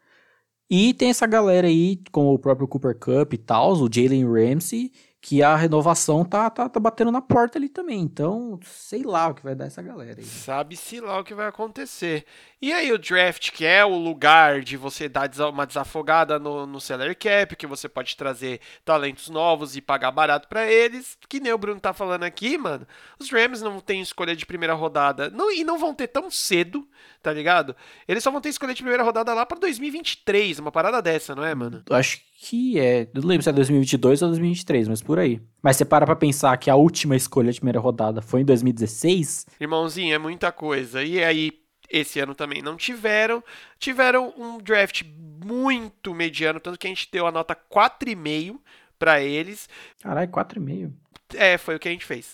e tem essa galera aí, como o próprio Cooper Kupp e tal, o Jalen Ramsey, que a renovação tá, tá, tá batendo na porta ali também. Então, sei lá o que vai dar essa galera aí. Sabe-se lá o que vai acontecer. E aí o draft, que é o lugar de você dar uma desafogada no, no salary cap, que você pode trazer talentos novos e pagar barato pra eles, que nem o Bruno tá falando aqui, mano. Os Rams não têm escolha de primeira rodada, não, e não vão ter tão cedo, tá ligado? Eles só vão ter escolha de primeira rodada lá pra dois mil e vinte e três, uma parada dessa, não é, mano? Acho que é, eu não lembro se é dois mil e vinte e dois ou dois mil e vinte e três, mas por aí. Mas você para pra pensar que a última escolha de primeira rodada foi em dois mil e dezesseis? Irmãozinho, é muita coisa. E aí, esse ano também não tiveram. Tiveram um draft muito mediano, tanto que a gente deu a nota quatro vírgula cinco pra eles. Caralho, quatro vírgula cinco. É, foi o que a gente fez.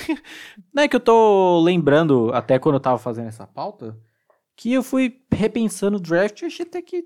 Não é que eu tô lembrando, até quando eu tava fazendo essa pauta, que eu fui repensando o draft e achei até que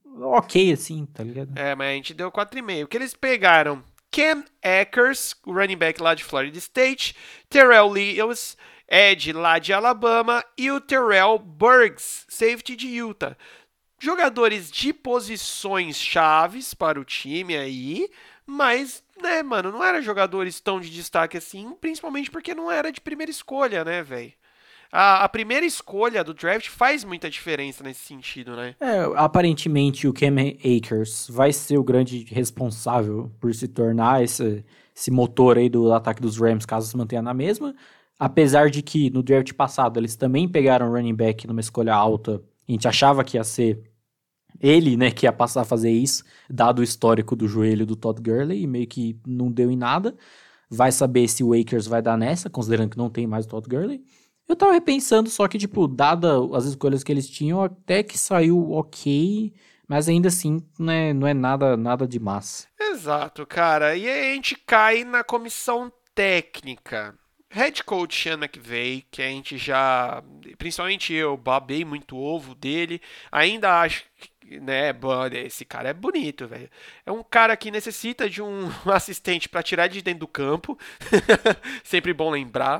ok, assim, tá ligado? É, mas a gente deu quatro vírgula cinco. Que eles pegaram Cam Akers, o running back lá de Florida State, Terrell Lewis, Ed lá de Alabama, e o Terrell Burks, safety de Utah. Jogadores de posições chaves para o time aí, mas, né, mano, não eram jogadores tão de destaque assim, principalmente porque não era de primeira escolha, né, velho? A, a primeira escolha do draft faz muita diferença nesse sentido, né? É, aparentemente o Cam Akers vai ser o grande responsável por se tornar esse, esse motor aí do ataque dos Rams, caso se mantenha na mesma. Apesar de que no draft passado eles também pegaram running back numa escolha alta, a gente achava que ia ser ele, né, que ia passar a fazer isso, dado o histórico do joelho do Todd Gurley, e meio que não deu em nada. Vai saber se o Akers vai dar nessa, considerando que não tem mais o Todd Gurley. Eu tava repensando, só que, tipo, dada as escolhas que eles tinham, até que saiu ok, mas ainda assim não é, não é nada, nada demais. Exato, cara. E aí a gente cai na comissão técnica. Head coach Sean McVay, que a gente já, principalmente eu, babei muito ovo dele. Ainda acho que, né, esse cara é bonito, velho. É um cara que necessita de um assistente para tirar de dentro do campo. Sempre bom lembrar.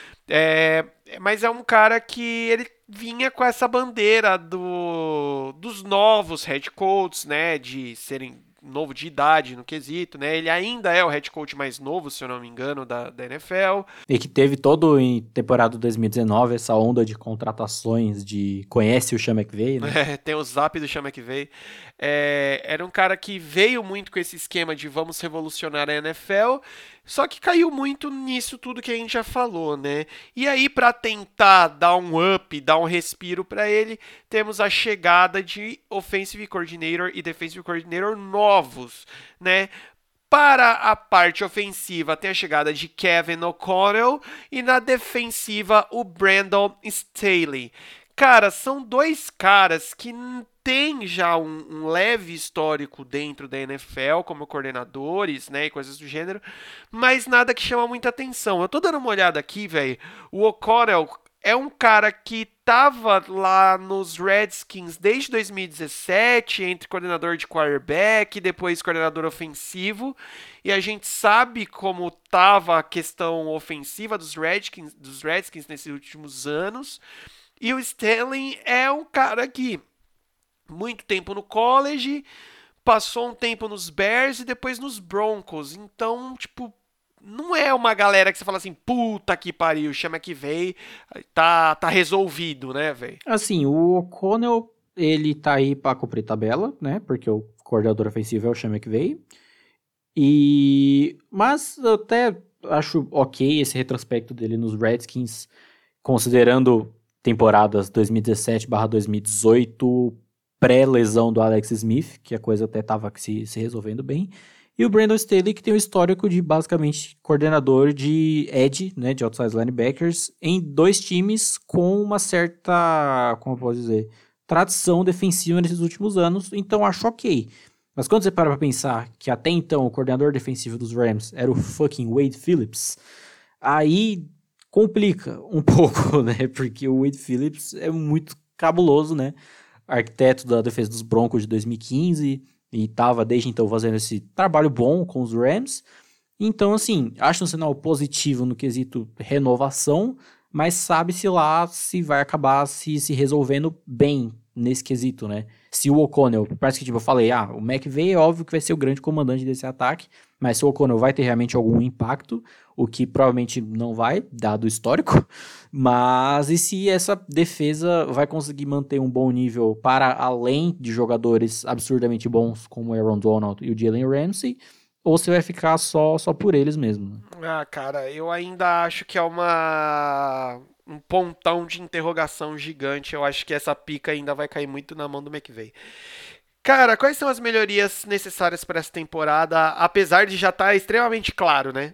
É, mas é um cara que ele vinha com essa bandeira do, dos novos head coaches, né, de serem novo de idade no quesito, né? Ele ainda é o head coach mais novo, se eu não me engano, da, da N F L. E que teve todo em temporada dois mil e dezenove essa onda de contratações de conhece o Sean McVay, né? É, tem o zap do Sean McVay. É, era um cara que veio muito com esse esquema de vamos revolucionar a N F L, só que caiu muito nisso tudo que a gente já falou, né? E aí, para tentar dar um up, dar um respiro para ele, temos a chegada de Offensive Coordinator e Defensive Coordinator novos, né? Para a parte ofensiva, tem a chegada de Kevin O'Connell e na defensiva, o Brandon Staley. Cara, são dois caras que têm já um, um leve histórico dentro da N F L como coordenadores, né, e coisas do gênero, mas nada que chama muita atenção. Eu tô dando uma olhada aqui, velho. O O'Connell é um cara que tava lá nos Redskins desde dois mil e dezessete, entre coordenador de quarterback, depois coordenador ofensivo, e a gente sabe como tava a questão ofensiva dos Redskins, dos Redskins nesses últimos anos. E o Stanley é um cara que muito tempo no college, passou um tempo nos Bears e depois nos Broncos. Então, tipo, não é uma galera que você fala assim, puta que pariu, chama que veio, tá, tá resolvido, né, velho? Assim, o O'Connell, ele tá aí pra cumprir tabela, né, porque o coordenador ofensivo é o Sean McVay. E... Mas eu até acho ok esse retrospecto dele nos Redskins, considerando temporadas dois mil e dezessete barra dois mil e dezoito, pré-lesão do Alex Smith, que a coisa até estava se, se resolvendo bem. E o Brandon Staley, que tem o histórico de basicamente coordenador de edge, né, de outside linebackers, em dois times com uma certa, como eu posso dizer, tradição defensiva nesses últimos anos, então acho ok. Mas quando você para pra pensar que até então o coordenador defensivo dos Rams era o fucking Wade Phillips, aí complica um pouco, né, porque o Wade Phillips é muito cabuloso, né, arquiteto da defesa dos Broncos de dois mil e quinze, e estava desde então fazendo esse trabalho bom com os Rams. Então, assim, acho um sinal positivo no quesito renovação, mas sabe-se lá se vai acabar se, se resolvendo bem nesse quesito, né? Se o O'Connell, parece que tipo, eu falei, ah, o McVay é óbvio que vai ser o grande comandante desse ataque, mas se o O'Connell vai ter realmente algum impacto, o que provavelmente não vai, dado o histórico, mas e se essa defesa vai conseguir manter um bom nível para além de jogadores absurdamente bons como o Aaron Donald e o Jalen Ramsey, ou se vai ficar só, só por eles mesmo? Ah, cara, eu ainda acho que é uma um pontão de interrogação gigante. Eu acho que essa pica ainda vai cair muito na mão do McVay. Cara, quais são as melhorias necessárias para essa temporada, apesar de já estar extremamente claro, né?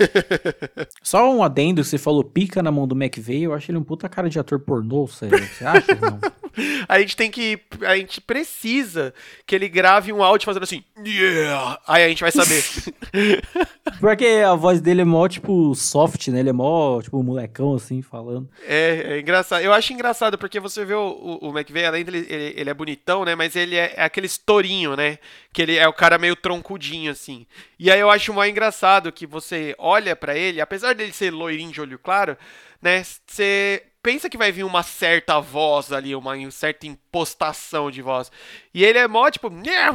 Só um adendo, você falou pica na mão do McVay, eu acho ele um puta cara de ator pornô, você, você acha? Não? A gente tem que. A gente precisa que ele grave um áudio fazendo assim. Yeah! Aí a gente vai saber. Porque a voz dele é mó, tipo, soft, né? Ele é mó, tipo, molecão, assim, falando. É, é engraçado. Eu acho engraçado porque você vê o, o, o McVay, além dele, ele, ele é bonitão, né? Mas ele é, é aquele tourinho, né? Que ele é o cara meio troncudinho, assim. E aí eu acho mó engraçado que você olha pra ele, apesar dele ser loirinho de olho claro, né? Você pensa que vai vir uma certa voz ali, uma certa impostação de voz. E ele é mó, tipo, né?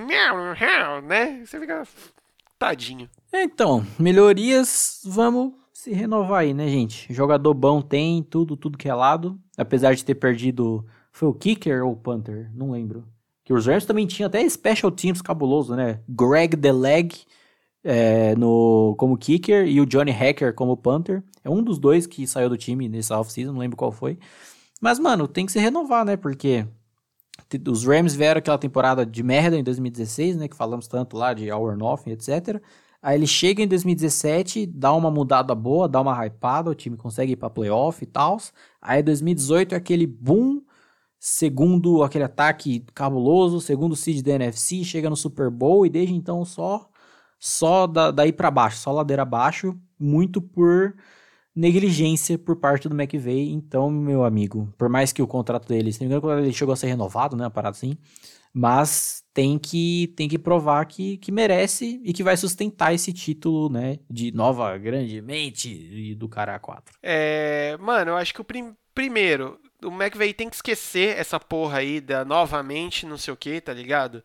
Você fica tadinho. Então, melhorias, vamos se renovar aí, né, gente? Jogador bom tem, tudo, tudo que é lado. Apesar de ter perdido, foi o kicker ou o punter? Não lembro. Que os Rams também tinham até special teams cabuloso, né? Greg The Leg é, no, como kicker e o Johnny Hacker como punter. É um dos dois que saiu do time nessa offseason, não lembro qual foi. Mas, mano, tem que se renovar, né? Porque os Rams vieram aquela temporada de merda em dois mil e dezesseis, né? Que falamos tanto lá de Our Nothing, etcétera. Aí ele chega em dois mil e dezessete, dá uma mudada boa, dá uma hypada, o time consegue ir pra playoff e tal. Aí dois mil e dezoito é aquele boom, segundo aquele ataque cabuloso, segundo seed da N F C, chega no Super Bowl e desde então só, só da, daí pra baixo, só ladeira abaixo, muito por negligência por parte do McVay. Então, meu amigo, por mais que o contrato dele, se não me engano, ele chegou a ser renovado, né, uma parada assim, mas tem que, tem que provar que, que merece e que vai sustentar esse título, né, de nova grandemente e do cara A quatro. É, mano, eu acho que o prim- primeiro, o McVay tem que esquecer essa porra aí da novamente, não sei o que, tá ligado?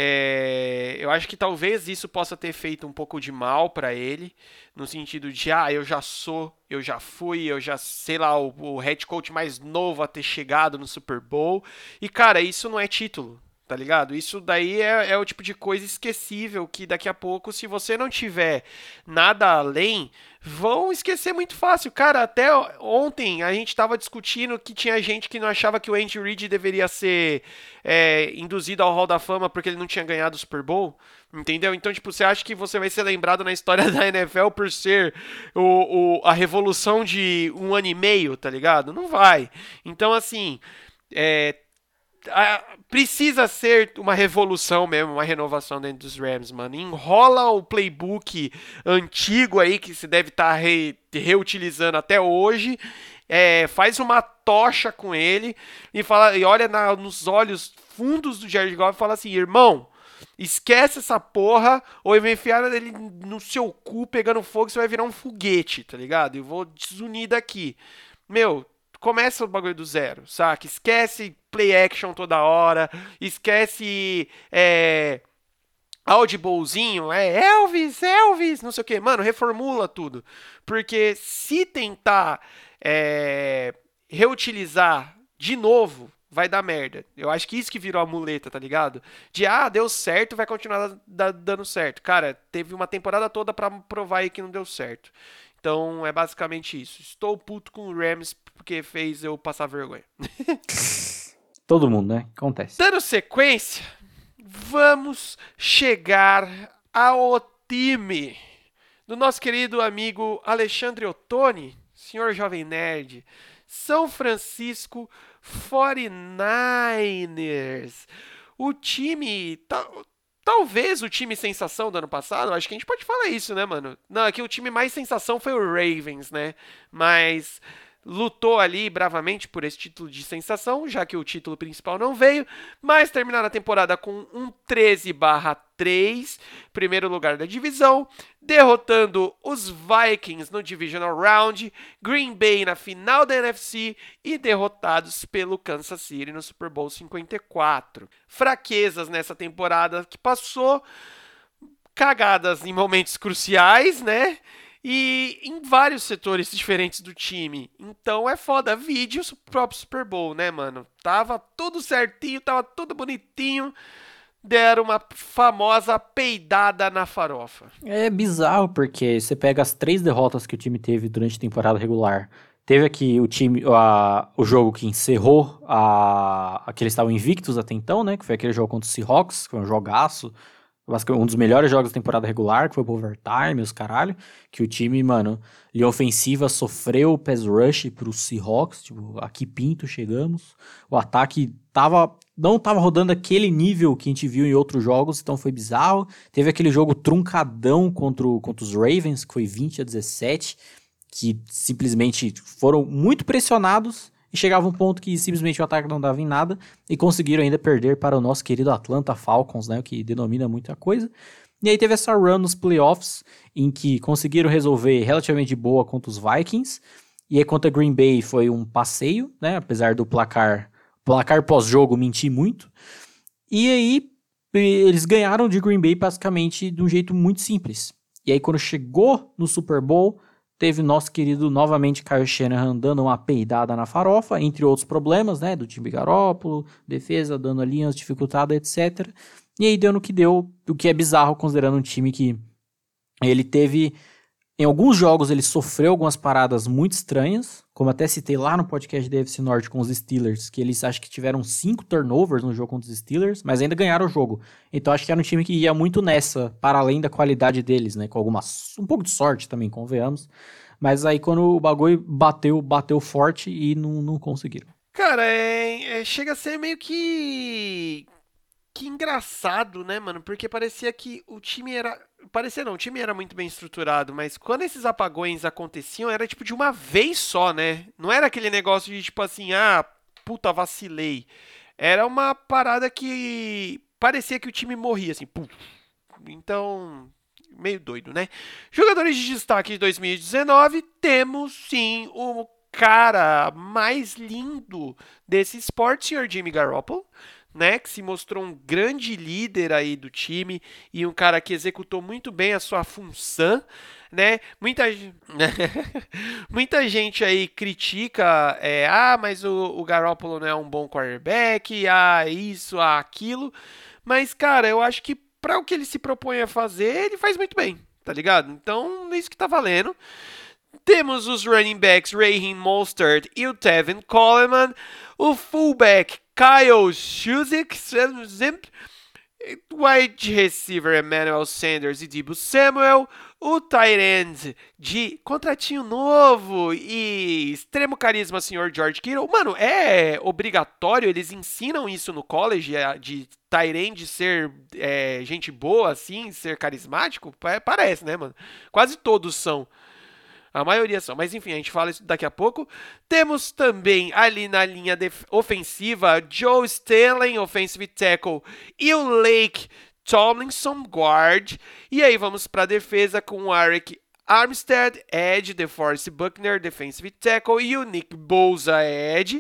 É, eu acho que talvez isso possa ter feito um pouco de mal pra ele, no sentido de, ah, eu já sou, eu já fui, eu já, sei lá, o, o head coach mais novo a ter chegado no Super Bowl. E, cara, isso não é título. Tá ligado? Isso daí é, é o tipo de coisa esquecível que daqui a pouco, se você não tiver nada além, vão esquecer muito fácil. Cara, até ontem a gente tava discutindo que tinha gente que não achava que o Andy Reid deveria ser é, induzido ao Hall da Fama porque ele não tinha ganhado o Super Bowl. Entendeu? Então, tipo, você acha que você vai ser lembrado na história da N F L por ser o, o, a revolução de um ano e meio, tá ligado? Não vai. Então, assim, é, precisa ser uma revolução mesmo, uma renovação dentro dos Rams, mano. Enrola o playbook antigo aí, que se deve estar tá re, reutilizando até hoje. É, faz uma tocha com ele e, fala, e olha na, nos olhos fundos do Jared Goff e fala assim, irmão, esquece essa porra, ou eu vou enfiar ele no seu cu pegando fogo, você vai virar um foguete, tá ligado? Eu vou desunir daqui. Meu, começa o bagulho do zero, saca? Esquece play action toda hora, esquece é, audiblezinho, é Elvis, Elvis, não sei o que. Mano, reformula tudo. Porque se tentar é, reutilizar de novo, vai dar merda. Eu acho que isso que virou a muleta, tá ligado? De, ah, deu certo, vai continuar dando certo. Cara, teve uma temporada toda pra provar aí que não deu certo. Então é basicamente isso. Estou puto com o Rams porque fez eu passar vergonha. Todo mundo, né? Acontece. Dando sequência, vamos chegar ao time do nosso querido amigo Alexandre Ottoni, senhor Jovem Nerd. São Francisco forty-niners. O time... Tal, talvez o time sensação do ano passado, acho que a gente pode falar isso, né, mano? Não, aqui o time mais sensação foi o Ravens, né? Mas... lutou ali bravamente por esse título de sensação, já que o título principal não veio, mas terminaram a temporada com um treze barra três, primeiro lugar da divisão, derrotando os Vikings no Divisional Round, Green Bay na final da N F C e derrotados pelo Kansas City no Super Bowl cinquenta e quatro. Fraquezas nessa temporada que passou, cagadas em momentos cruciais, né? E em vários setores diferentes do time. Então é foda. Vídeo o próprio Super Bowl, né, mano? Tava tudo certinho, tava tudo bonitinho. Deram uma famosa peidada na farofa. É bizarro, porque você pega as três derrotas que o time teve durante a temporada regular. Teve aqui o time, a, o jogo que encerrou a, a que eles estavam invictos até então, né? Que foi aquele jogo contra o Seahawks, que foi um jogaço. Um dos melhores jogos da temporada regular, que foi pro overtime, os caralho, que o time, mano, em ofensiva sofreu o pass rush pro Seahawks, tipo, aqui pinto, chegamos. O ataque tava, não tava rodando aquele nível que a gente viu em outros jogos, então foi bizarro. Teve aquele jogo truncadão contra, o, contra os Ravens, que foi vinte a dezessete, que simplesmente foram muito pressionados. E chegava um ponto que simplesmente o ataque não dava em nada e conseguiram ainda perder para o nosso querido Atlanta Falcons, né, o que denomina muita coisa. E aí teve essa run nos playoffs em que conseguiram resolver relativamente de boa contra os Vikings. E aí contra Green Bay foi um passeio, né, apesar do placar, placar pós-jogo mentir muito. E aí eles ganharam de Green Bay basicamente de um jeito muito simples. E aí quando chegou no Super Bowl, teve nosso querido, novamente, Kyle Shanahan dando uma peidada na farofa, entre outros problemas, né, do time Garoppolo, defesa, dando linhas dificultadas, etcétera. E aí deu no que deu, o que é bizarro, considerando um time que ele teve... Em alguns jogos ele sofreu algumas paradas muito estranhas, como até citei lá no podcast da A F C Norte com os Steelers, que eles acho que tiveram cinco turnovers no jogo contra os Steelers, mas ainda ganharam o jogo. Então acho que era um time que ia muito nessa, para além da qualidade deles, né? Com alguma, um pouco de sorte também, convenhamos. Mas aí quando o bagulho bateu, bateu forte e não, não conseguiram. Cara, é, é, chega a ser meio que... Que engraçado, né, mano? Porque parecia que o time era... Parecia não, o time era muito bem estruturado, mas quando esses apagões aconteciam, era tipo de uma vez só, né? Não era aquele negócio de tipo assim, ah, puta, vacilei. Era uma parada que parecia que o time morria, assim, pum. Então, meio doido, né? Jogadores de destaque de dois mil e dezenove, temos sim o cara mais lindo desse esporte, senhor Jimmy Garoppolo, né, que se mostrou um grande líder aí do time e um cara que executou muito bem a sua função, né? Muita, muita gente aí critica, é, ah, mas o, o Garoppolo não é um bom quarterback, ah, isso, ah, aquilo. Mas, cara, eu acho que para o que ele se propõe a fazer, ele faz muito bem, tá ligado? Então, é isso que tá valendo. Temos os running backs Raheem Mostert e o Tevin Coleman, o fullback Kyle Juszczyk, wide receiver Emmanuel Sanders e Deebo Samuel, o tight end de contratinho novo e extremo carisma, senhor George Kittle. Mano, é obrigatório, eles ensinam isso no college, de tight end ser é, gente boa, assim, ser carismático? Parece, né, mano? Quase todos são. A maioria são, mas enfim, a gente fala isso daqui a pouco. Temos também ali na linha ofensiva Joe Staley, offensive tackle, e o Lake Tomlinson, guard. E aí vamos para a defesa com o Arik Armstead, edge, DeForest Buckner, defensive tackle, e o Nick Bosa, edge.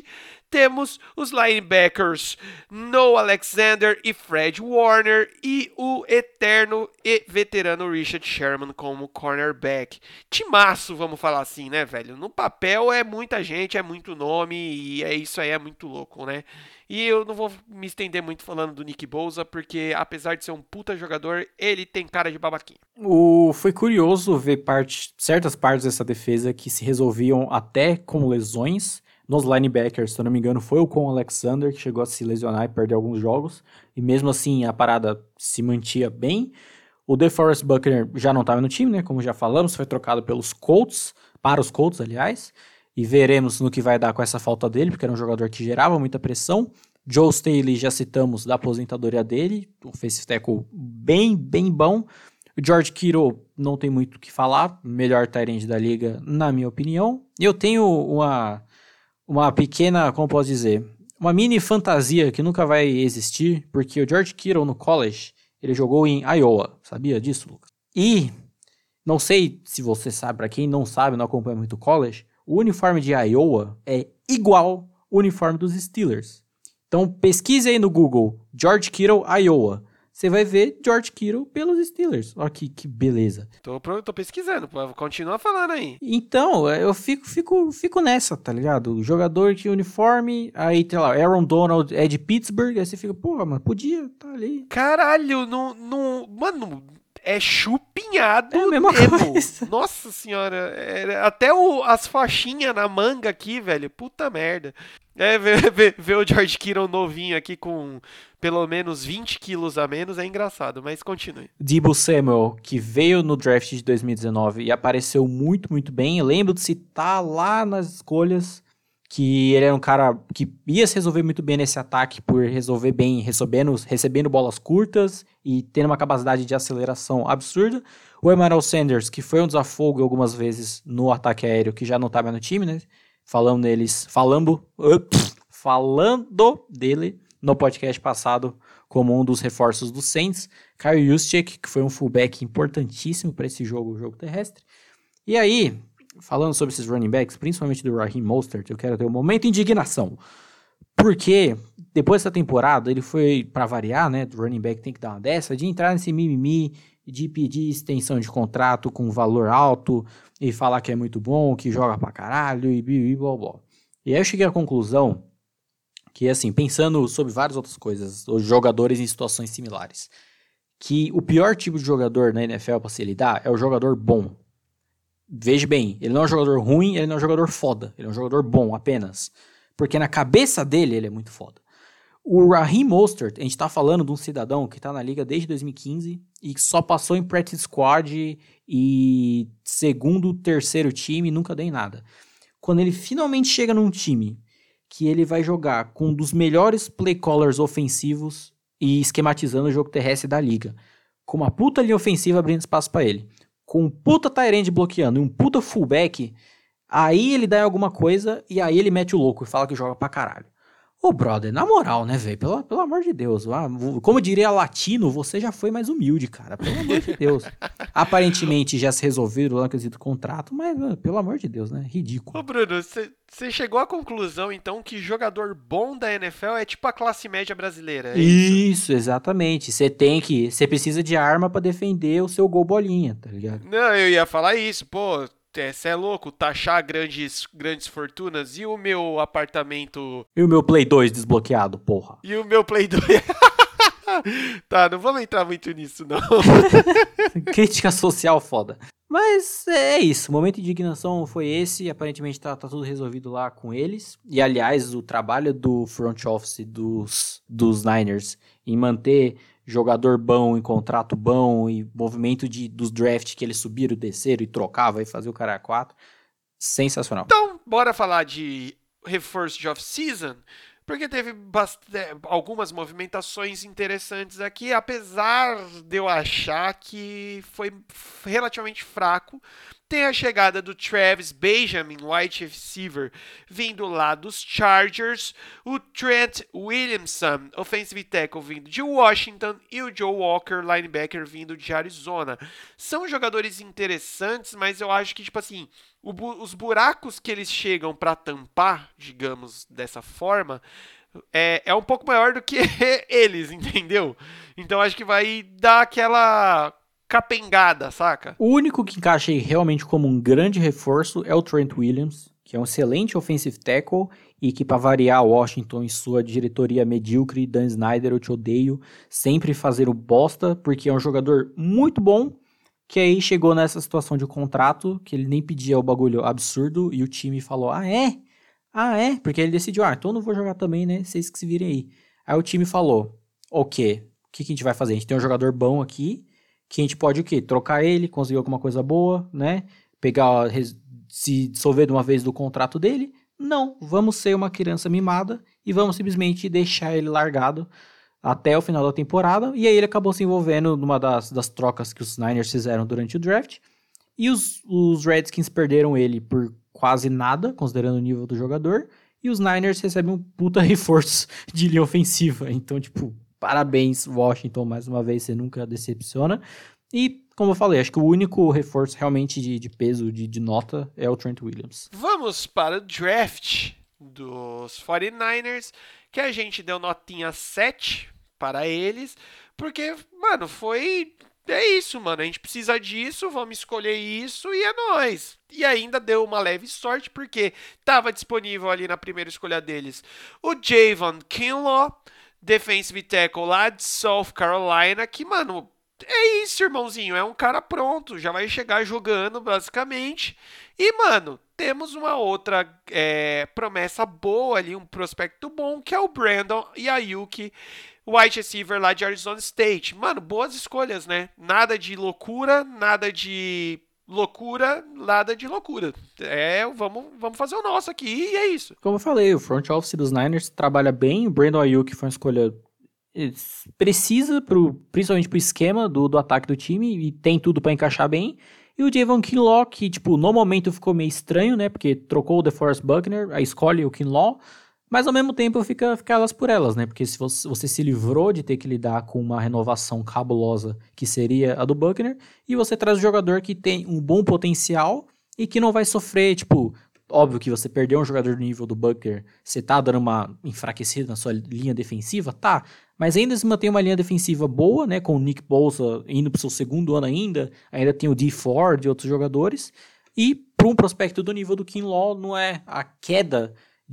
temos os linebackers Noah Alexander e Fred Warner e o eterno e veterano Richard Sherman como cornerback. Timaço, vamos falar assim, né, velho? No papel é muita gente, é muito nome e é isso aí, é muito louco, né? E eu não vou me estender muito falando do Nick Bosa, porque apesar de ser um puta jogador, ele tem cara de babaquinha. O... Foi curioso ver parte... certas partes dessa defesa que se resolviam até com lesões. Nos linebackers, se eu não me engano, foi o Con Alexander que chegou a se lesionar e perder alguns jogos. E mesmo assim, a parada se mantia bem. O DeForest Buckner já não estava no time, né? Como já falamos, foi trocado pelos Colts, para os Colts, aliás. E veremos no que vai dar com essa falta dele, porque era um jogador que gerava muita pressão. Joe Staley, já citamos, da aposentadoria dele. Um offensive tackle bem, bem bom. O George Kittle não tem muito o que falar. Melhor tight end da liga, na minha opinião. Eu tenho uma... uma pequena, como posso dizer, uma mini fantasia que nunca vai existir, porque o George Kittle no college, ele jogou em Iowa, sabia disso, Lucas? E, não sei se você sabe, pra quem não sabe, não acompanha muito o college, o uniforme de Iowa é igual ao uniforme dos Steelers. Então, pesquise aí no Google, George Kittle, Iowa. Você vai ver George Kittle pelos Steelers. Olha que, que beleza. Tô, tô pesquisando, continua falando aí. Então, eu fico, fico, fico nessa, tá ligado? O jogador que uniforme, aí tem lá, Aaron Donald é de Pittsburgh, aí você fica, porra, mano, podia tá ali. Caralho, no, no, mano, é chupinhado é a mesma mesmo. Coisa. Nossa senhora, é, até o, as faixinhas na manga aqui, velho, puta merda. É, ver, ver, ver o George Kittle novinho aqui com pelo menos vinte quilos a menos é engraçado, mas continue. Deebo Samuel, que veio no draft de dois mil e dezenove e apareceu muito, muito bem. Eu lembro de citar lá nas escolhas que ele era um cara que ia se resolver muito bem nesse ataque por resolver bem, recebendo, recebendo bolas curtas e tendo uma capacidade de aceleração absurda. O Emmanuel Sanders, que foi um desafogo algumas vezes no ataque aéreo, que já não estava no time, né? Falando neles, falando, ups, falando dele no podcast passado como um dos reforços do Saints. Kyle Juszczyk, que foi um fullback importantíssimo para esse jogo, o jogo terrestre. E aí, falando sobre esses running backs, principalmente do Raheem Mostert, eu quero ter um momento de indignação. Porque depois dessa temporada, ele foi, para variar, né, do running back tem que dar uma dessa, de entrar nesse mimimi, de pedir extensão de contrato com valor alto e falar que é muito bom, que joga pra caralho e blá blá blá. E aí eu cheguei à conclusão que, assim, pensando sobre várias outras coisas, os jogadores em situações similares, que o pior tipo de jogador na N F L pra se lidar é o jogador bom. Veja bem, ele não é um jogador ruim, ele não é um jogador foda, ele é um jogador bom apenas. Porque na cabeça dele ele é muito foda. O Raheem Mostert, a gente tá falando de um cidadão que tá na liga desde dois mil e quinze e só passou em practice squad e segundo, terceiro time, nunca deu em nada. Quando ele finalmente chega num time que ele vai jogar com um dos melhores play callers ofensivos e esquematizando o jogo terrestre da liga, com uma puta linha ofensiva abrindo espaço pra ele, com um puta tight end bloqueando e um puta fullback, aí ele dá em alguma coisa e aí ele mete o louco e fala que joga pra caralho. Ô, brother, na moral, né, velho? Pelo, pelo amor de Deus. Ah, como diria latino, você já foi mais humilde, cara. Pelo amor de Deus. Aparentemente já se resolveram lá no quesito contrato, mas, pelo amor de Deus, né? Ridículo. Ô, Bruno, você chegou à conclusão, então, que jogador bom da N F L é tipo a classe média brasileira, é isso? Isso, exatamente. Você tem que... Você precisa de arma pra defender o seu gol bolinha, tá ligado? Não, eu ia falar isso, pô... Você é louco, taxar grandes, grandes fortunas e o meu apartamento... E o meu Play dois desbloqueado, porra. E o meu Play dois... Tá, não vamos entrar muito nisso, não. Crítica social foda. Mas é isso, o momento de indignação foi esse, aparentemente tá, tá tudo resolvido lá com eles. E aliás, o trabalho do front office dos, dos Niners em manter... jogador bom, em contrato bom, e movimento de, dos drafts que eles subiram, desceram e trocavam e faziam o cara a quatro. Sensacional. Então, bora falar de reforço de off-season, porque teve bast... algumas movimentações interessantes aqui, apesar de eu achar que foi relativamente fraco. Tem a chegada do Travis Benjamin, wide receiver, vindo lá dos Chargers. O Trent Williamson, offensive tackle, vindo de Washington. E o Joe Walker, linebacker, vindo de Arizona. São jogadores interessantes, mas eu acho que, tipo assim, o bu- os buracos que eles chegam pra tampar, digamos dessa forma, é, é um pouco maior do que eles, entendeu? Então acho que vai dar aquela capengada, saca? O único que encaixei realmente como um grande reforço é o Trent Williams, que é um excelente offensive tackle e que, para variar, Washington e sua diretoria medíocre, Dan Snyder, eu te odeio, sempre fazer o bosta, porque é um jogador muito bom, que aí chegou nessa situação de contrato, que ele nem pedia o bagulho absurdo, e o time falou, ah, é? Ah, é? Porque ele decidiu, ah, então eu não vou jogar também, né? Vocês que se virem aí. Aí o time falou, ok, o que, que a gente vai fazer? A gente tem um jogador bom aqui, que a gente pode o quê? Trocar ele, conseguir alguma coisa boa, né? Pegar, se dissolver de uma vez do contrato dele? Não, vamos ser uma criança mimada e vamos simplesmente deixar ele largado até o final da temporada. E aí ele acabou se envolvendo numa das, das trocas que os Niners fizeram durante o draft. E os, os Redskins perderam ele por quase nada, considerando o nível do jogador. E os Niners recebem um puta reforço de linha ofensiva. Então, tipo, parabéns, Washington, mais uma vez, você nunca decepciona. E, como eu falei, acho que o único reforço realmente de, de peso, de, de nota, é o Trent Williams. Vamos para o draft dos forty-niners, que a gente deu notinha sete para eles, porque, mano, foi... É isso, mano, a gente precisa disso, vamos escolher isso e é nóis. E ainda deu uma leve sorte, porque estava disponível ali na primeira escolha deles o Javon Kinlaw, defensive tackle lá de South Carolina, que, mano, é isso, irmãozinho, é um cara pronto, já vai chegar jogando, basicamente. E, mano, temos uma outra é, promessa boa ali, um prospecto bom, que é o Brandon Ayuk, wide receiver lá de Arizona State. Mano, boas escolhas, né? Nada de loucura, nada de loucura, nada de loucura. É, vamos, vamos fazer o nosso aqui e é isso. Como eu falei, o front office dos Niners trabalha bem, o Brandon Ayuk foi uma escolha precisa, pro, principalmente pro esquema do, do ataque do time, e tem tudo pra encaixar bem. E o Javon Kinlaw, que, tipo, no momento ficou meio estranho, né? Porque trocou o DeForest Buckner, a escolhe o Kinlaw, mas ao mesmo tempo fica, fica elas por elas, né? Porque se você, você se livrou de ter que lidar com uma renovação cabulosa, que seria a do Buckner, e você traz um jogador que tem um bom potencial e que não vai sofrer, tipo... Óbvio que você perdeu um jogador do nível do Buckner, você tá dando uma enfraquecida na sua linha defensiva, tá, mas ainda se mantém uma linha defensiva boa, né, com o Nick Bosa indo pro seu segundo ano ainda, ainda tem o Dee Ford e outros jogadores, e para um prospecto do nível do Kinlaw não é a queda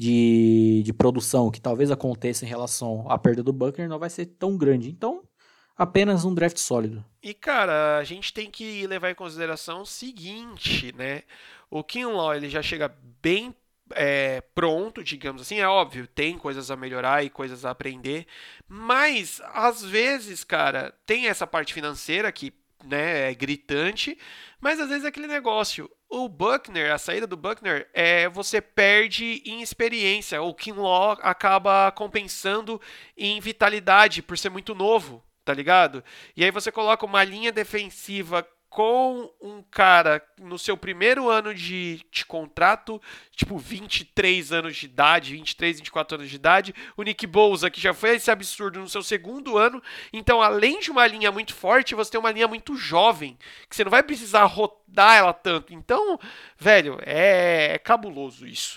de, de produção que talvez aconteça em relação à perda do Buckner, não vai ser tão grande, então apenas um draft sólido. E, cara, a gente tem que levar em consideração o seguinte, né? O Kinlaw, ele já chega bem é, pronto, digamos assim. É óbvio, tem coisas a melhorar e coisas a aprender. Mas, às vezes, cara, tem essa parte financeira que, né, é gritante. Mas, às vezes, é aquele negócio. O Buckner, a saída do Buckner, é, você perde em experiência. O Kinlaw acaba compensando em vitalidade por ser muito novo. Tá ligado? E aí você coloca uma linha defensiva com um cara no seu primeiro ano de, de contrato, tipo vinte e três anos de idade, vinte e três, vinte e quatro anos de idade, o Nick Bosa, que já foi esse absurdo no seu segundo ano. Então, além de uma linha muito forte, você tem uma linha muito jovem, que você não vai precisar rodar ela tanto. Então, velho, é, é cabuloso isso.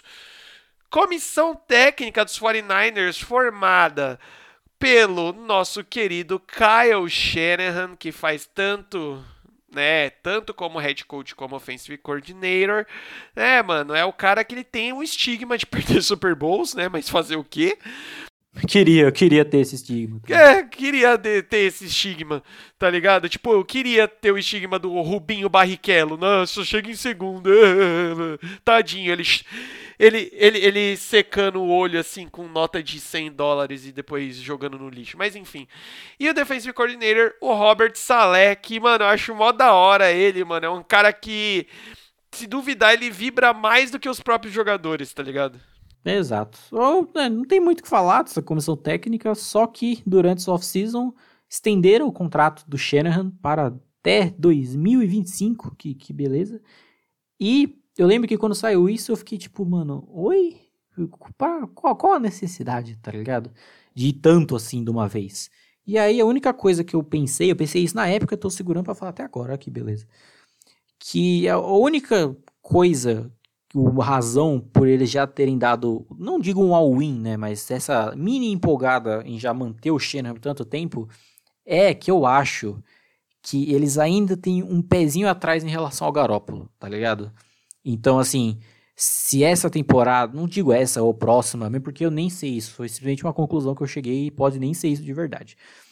Comissão técnica dos forty-niners formada pelo nosso querido Kyle Shanahan, que faz tanto, né, tanto como head coach como offensive coordinator, né, mano, é o cara que ele tem um estigma de perder Super Bowls, né, mas fazer o quê? Queria, eu queria ter esse estigma. Tá? É, queria de, ter esse estigma, tá ligado? Tipo, eu queria ter o estigma do Rubinho Barrichello. Nossa, chega em segundo. Tadinho, ele, ele, ele, ele secando o olho assim com nota de cem dólares e depois jogando no lixo. Mas enfim. E o Defensive Coordinator, o Robert Saleh, que, mano, eu acho mó da hora ele, mano. É um cara que, se duvidar, ele vibra mais do que os próprios jogadores, tá ligado? Exato. Ou, né, não tem muito o que falar dessa comissão técnica, só que durante o off-season estenderam o contrato do Shanahan para até dois mil e vinte e cinco, que, que beleza. E eu lembro que quando saiu isso eu fiquei tipo, mano, oi? Qual, qual a necessidade, tá ligado? De ir tanto assim de uma vez. E aí a única coisa que eu pensei, eu pensei isso na época, eu tô segurando pra falar até agora, olha que beleza. Que a única coisa, uma razão por eles já terem dado, não digo um all-in, né, mas essa mini empolgada em já manter o Shanahan por tanto tempo, é que eu acho que eles ainda têm um pezinho atrás em relação ao Garoppolo, tá ligado? Então, assim, se essa temporada, não digo essa ou próxima, mesmo porque eu nem sei isso, foi simplesmente uma conclusão que eu cheguei e pode nem ser isso de verdade.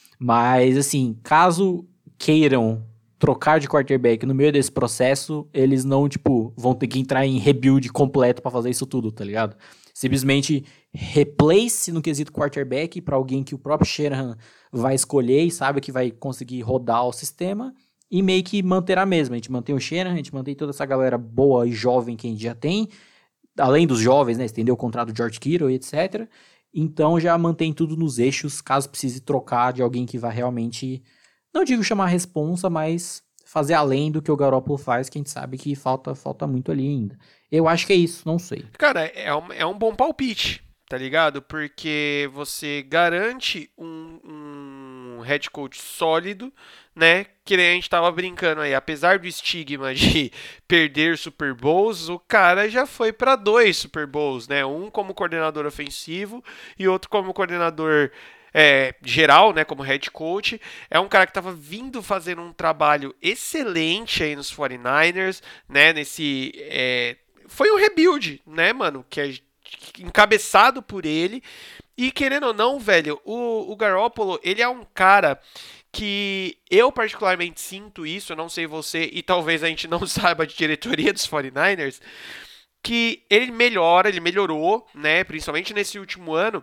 Mas, assim, caso queiram trocar de quarterback no meio desse processo, eles não, tipo, vão ter que entrar em rebuild completo pra fazer isso tudo, tá ligado? Simplesmente replace no quesito quarterback pra alguém que o próprio Shanahan vai escolher e sabe que vai conseguir rodar o sistema e meio que manter a mesma. A gente mantém o Shanahan, a gente mantém toda essa galera boa e jovem que a gente já tem, além dos jovens, né, estendeu o contrato do George Kittle e etcétera. Então já mantém tudo nos eixos, caso precise trocar de alguém que vai realmente, não digo chamar a responsa, mas fazer além do que o Garoppolo faz, que a gente sabe que falta, falta muito ali ainda. Eu acho que é isso, não sei. Cara, é um, é um bom palpite, tá ligado? Porque você garante um, um head coach sólido, né? Que nem a gente tava brincando aí. Apesar do estigma de perder Super Bowls, o cara já foi pra dois Super Bowls, né? Um como coordenador ofensivo e outro como coordenador É, geral, né, como head coach. É um cara que estava vindo fazendo um trabalho excelente aí nos forty-niners, né, nesse... É, foi um rebuild, né, mano, que é encabeçado por ele. E querendo ou não, velho, o, o Garoppolo, ele é um cara que eu particularmente sinto isso, eu não sei você, e talvez a gente não saiba de diretoria dos forty-niners, que ele melhora, ele melhorou, né, principalmente nesse último ano,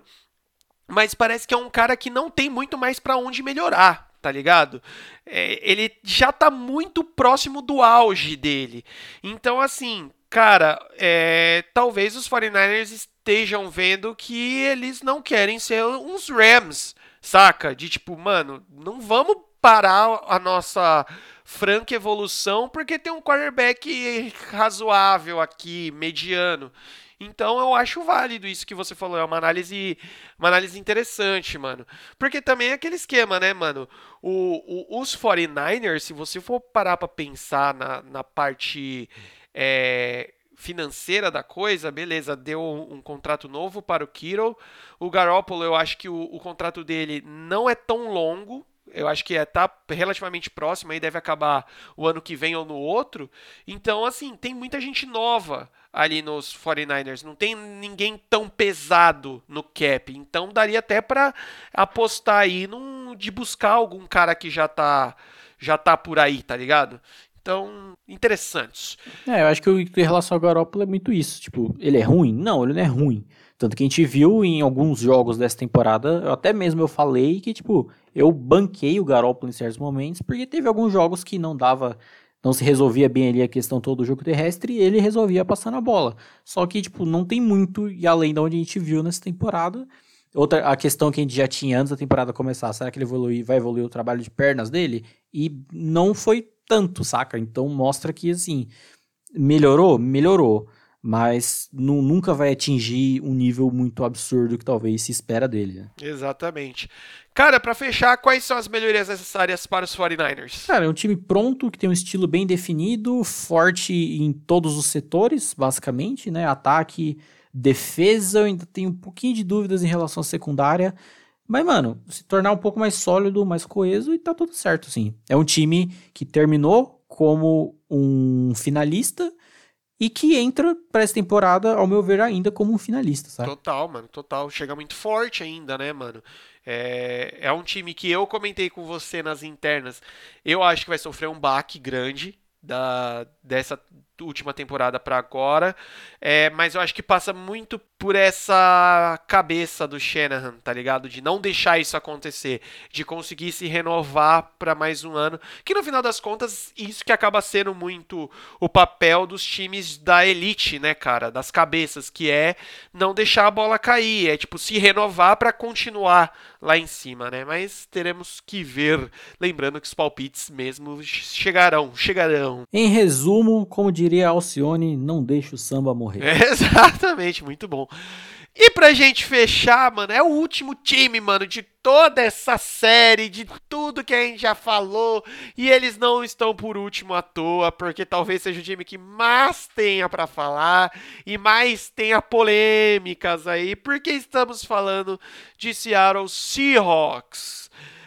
mas parece que é um cara que não tem muito mais pra onde melhorar, tá ligado? É, ele já tá muito próximo do auge dele. Então, assim, cara, é, talvez os forty-niners estejam vendo que eles não querem ser uns Rams, saca? De tipo, mano, não vamos parar a nossa franca evolução porque tem um quarterback razoável aqui, mediano. Então eu acho válido isso que você falou, é uma análise, uma análise interessante, mano. Porque também é aquele esquema, né, mano? O, o, os forty-niners, se você for parar pra pensar na, na parte é, financeira da coisa, beleza, deu um, um contrato novo para o Kittle. O Garoppolo, eu acho que o, o contrato dele não é tão longo. Eu acho que é, tá relativamente próximo, aí deve acabar o ano que vem ou no outro. Então, assim, tem muita gente nova ali nos forty-niners. Não tem ninguém tão pesado no cap. Então, daria até pra apostar aí num, de buscar algum cara que já tá, já tá por aí, tá ligado? Então, interessantes. É, eu acho que em relação ao Garoppolo é muito isso. Tipo, ele é ruim? Não, ele não é ruim. Tanto que a gente viu em alguns jogos dessa temporada, eu até mesmo eu falei que, tipo, eu banquei o Garoppolo em certos momentos, porque teve alguns jogos que não dava, não se resolvia bem ali a questão toda do jogo terrestre, e ele resolvia passando a bola. Só que, tipo, não tem muito e além de onde a gente viu nessa temporada. Outra, a questão que a gente já tinha antes da temporada começar, será que ele evolui, vai evoluir o trabalho de pernas dele? E não foi tanto, saca? Então mostra que, assim, melhorou? Melhorou. Mas nu- nunca vai atingir um nível muito absurdo que talvez se espera dele. Né? Exatamente. Cara, pra fechar, quais são as melhorias necessárias para os forty-niners? Cara, é um time pronto, que tem um estilo bem definido, forte em todos os setores, basicamente, né? Ataque, defesa, eu ainda tenho um pouquinho de dúvidas em relação à secundária. Mas, mano, se tornar um pouco mais sólido, mais coeso e tá tudo certo, sim. É um time que terminou como um finalista e que entra para essa temporada, ao meu ver, ainda como um finalista, sabe? Total, mano, total. Chega muito forte ainda, né, mano? É, é um time que eu comentei com você nas internas. Eu acho que vai sofrer um baque grande da, dessa última temporada para agora. É, mas eu acho que passa muito por essa cabeça do Shanahan, tá ligado? De não deixar isso acontecer, de conseguir se renovar para mais um ano. Que no final das contas, isso que acaba sendo muito o papel dos times da elite, né, cara? Das cabeças, que é não deixar a bola cair, é tipo se renovar para continuar lá em cima, né? Mas teremos que ver, lembrando que os palpites mesmo chegarão, chegarão. Em resumo, como diria Alcione, não deixe o samba morrer. É, exatamente, muito bom. E pra gente fechar, mano, é o último time, mano, de toda essa série, de tudo que a gente já falou. E eles não estão por último à toa, porque talvez seja o time que mais tenha pra falar e mais tenha polêmicas aí, porque estamos falando de Seattle Seahawks.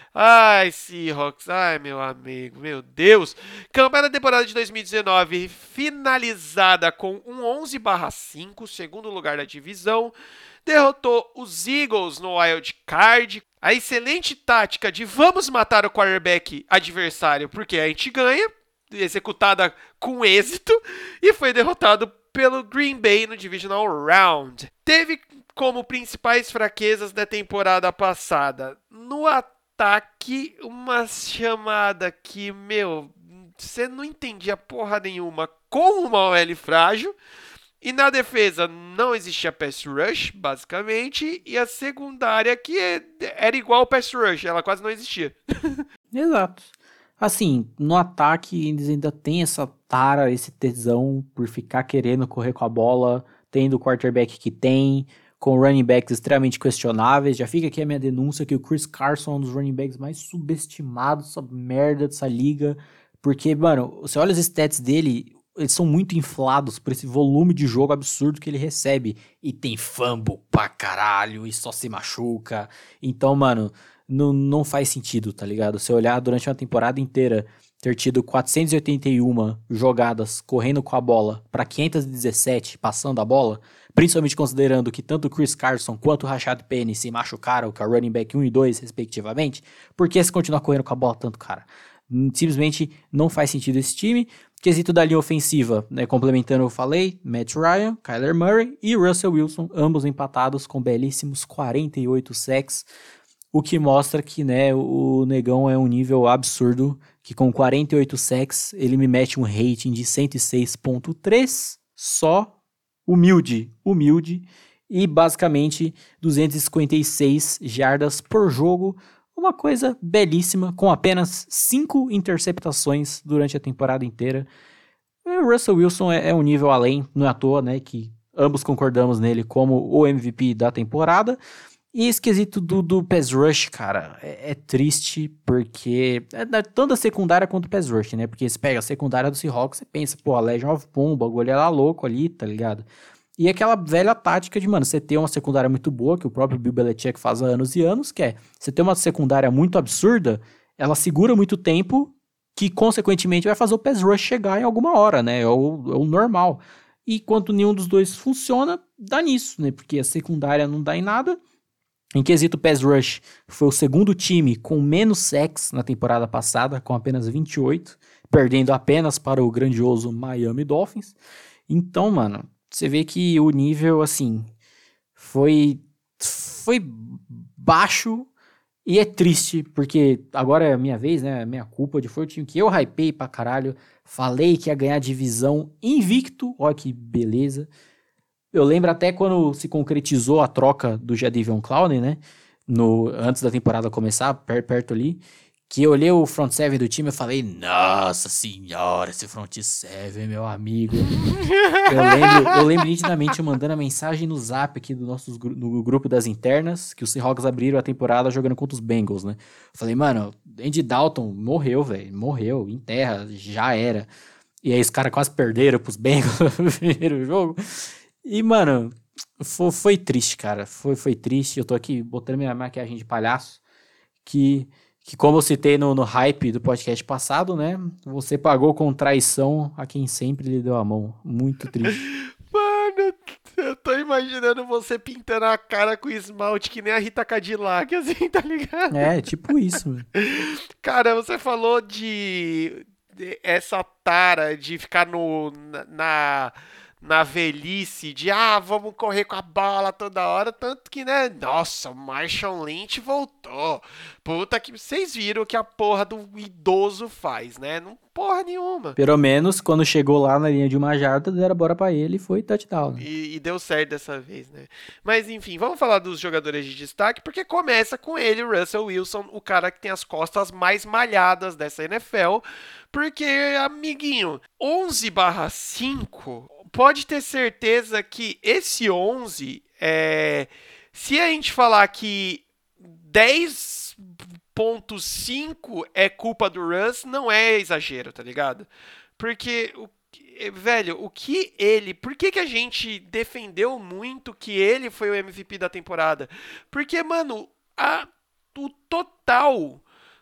Ai, Seahawks, ai, meu amigo, meu Deus. Campanha da temporada de dois mil e dezenove finalizada com um onze barra cinco, segundo lugar da divisão. Derrotou os Eagles no Wild Card. A excelente tática de vamos matar o quarterback adversário porque a gente ganha, executada com êxito, e foi derrotado pelo Green Bay no Divisional Round. Teve como principais fraquezas da temporada passada no ataque ataque, uma chamada que, meu, você não entendia porra nenhuma com uma O L frágil. E na defesa não existia pass rush, basicamente. E a secundária que era igual ao pass rush, ela quase não existia. Exato. Assim, no ataque eles ainda tem essa tara, esse tesão por ficar querendo correr com a bola, tendo o quarterback que tem, com running backs extremamente questionáveis. Já fica aqui a minha denúncia que o Chris Carson é um dos running backs mais subestimados, essa merda dessa liga. Porque, mano, você olha os stats dele, eles são muito inflados por esse volume de jogo absurdo que ele recebe. E tem fumble pra caralho, e só se machuca. Então, mano, não, não faz sentido, tá ligado? Você olhar durante uma temporada inteira, ter tido quatrocentas e oitenta e uma jogadas correndo com a bola pra quinhentas e dezessete passando a bola, principalmente considerando que tanto o Chris Carson quanto o Rashad Penny se machucaram, que é o running back um e dois, respectivamente, por que se continuar correndo com a bola tanto, cara? Simplesmente não faz sentido esse time. Quesito da linha ofensiva, né, complementando o que eu falei, Matt Ryan, Kyler Murray e Russell Wilson, ambos empatados com belíssimos quarenta e oito sacks, o que mostra que, né, o negão é um nível absurdo, que com quarenta e oito sacks ele me mete um rating de cento e seis ponto três, só humilde, humilde, e basicamente duzentas e cinquenta e seis jardas por jogo, uma coisa belíssima, com apenas cinco interceptações durante a temporada inteira. O Russell Wilson é, é um nível além, não é à toa, né, que ambos concordamos nele como o M V P da temporada. E esse quesito do, do pass rush, cara, é, é triste porque é tanto a secundária quanto o pass rush, né? Porque você pega a secundária do Seahawks, você pensa, pô, a Legion of Boom, o bagulho é lá louco ali, tá ligado? E aquela velha tática de, mano, você ter uma secundária muito boa, que o próprio Bill Belichick faz há anos e anos, que é, você ter uma secundária muito absurda, ela segura muito tempo, que consequentemente vai fazer o pass rush chegar em alguma hora, né? É o, é o normal. E enquanto nenhum dos dois funciona, dá nisso, né? Porque a secundária não dá em nada. Em quesito pass rush, foi o segundo time com menos sacks na temporada passada, com apenas vinte e oito, perdendo apenas para o grandioso Miami Dolphins. Então, mano, você vê que o nível, assim, foi, foi baixo e é triste, porque agora é a minha vez, né, a minha culpa de foi o time que eu hypei pra caralho, falei que ia ganhar divisão invicto, ó que beleza. Eu lembro até quando se concretizou a troca do Jadeveon Clowney, né? No, antes da temporada começar, per, perto ali. Que eu olhei o front seven do time e falei, nossa senhora, esse front seven, meu amigo. eu, lembro, eu lembro nitidamente eu mandando a mensagem no zap aqui do nosso, no grupo das internas, que os Seahawks abriram a temporada jogando contra os Bengals, né? Eu falei, mano, Andy Dalton morreu, velho. Morreu, em terra, já era. E aí os caras quase perderam pros Bengals no primeiro jogo. E, mano, foi, foi triste, cara. Foi, foi triste. Eu tô aqui botando minha maquiagem de palhaço. Que, que como eu citei no, no hype do podcast passado, né? Você pagou com traição a quem sempre lhe deu a mão. Muito triste. Mano, eu tô imaginando você pintando a cara com esmalte que nem a Rita Cadillac, assim, tá ligado? É, tipo isso, mano. Cara, você falou de, de essa tara de ficar no, na... na... na velhice de, ah, vamos correr com a bola toda hora, tanto que, né, nossa, o Marshawn Lynch voltou, puta que, vocês viram o que a porra do idoso faz, né, não porra nenhuma. Pelo menos, quando chegou lá na linha de uma jarda, deram a bola pra ele e foi touchdown, né? E, e deu certo dessa vez, né. Mas, enfim, vamos falar dos jogadores de destaque, porque começa com ele, Russell Wilson, o cara que tem as costas mais malhadas dessa N F L, porque, amiguinho, onze barra cinco... pode ter certeza que esse onze É, se a gente falar que dez ponto cinco é culpa do Russ, não é exagero, tá ligado? Porque, o, velho, o que ele... Por que, que a gente defendeu muito que ele foi o M V P da temporada? Porque, mano, a, o total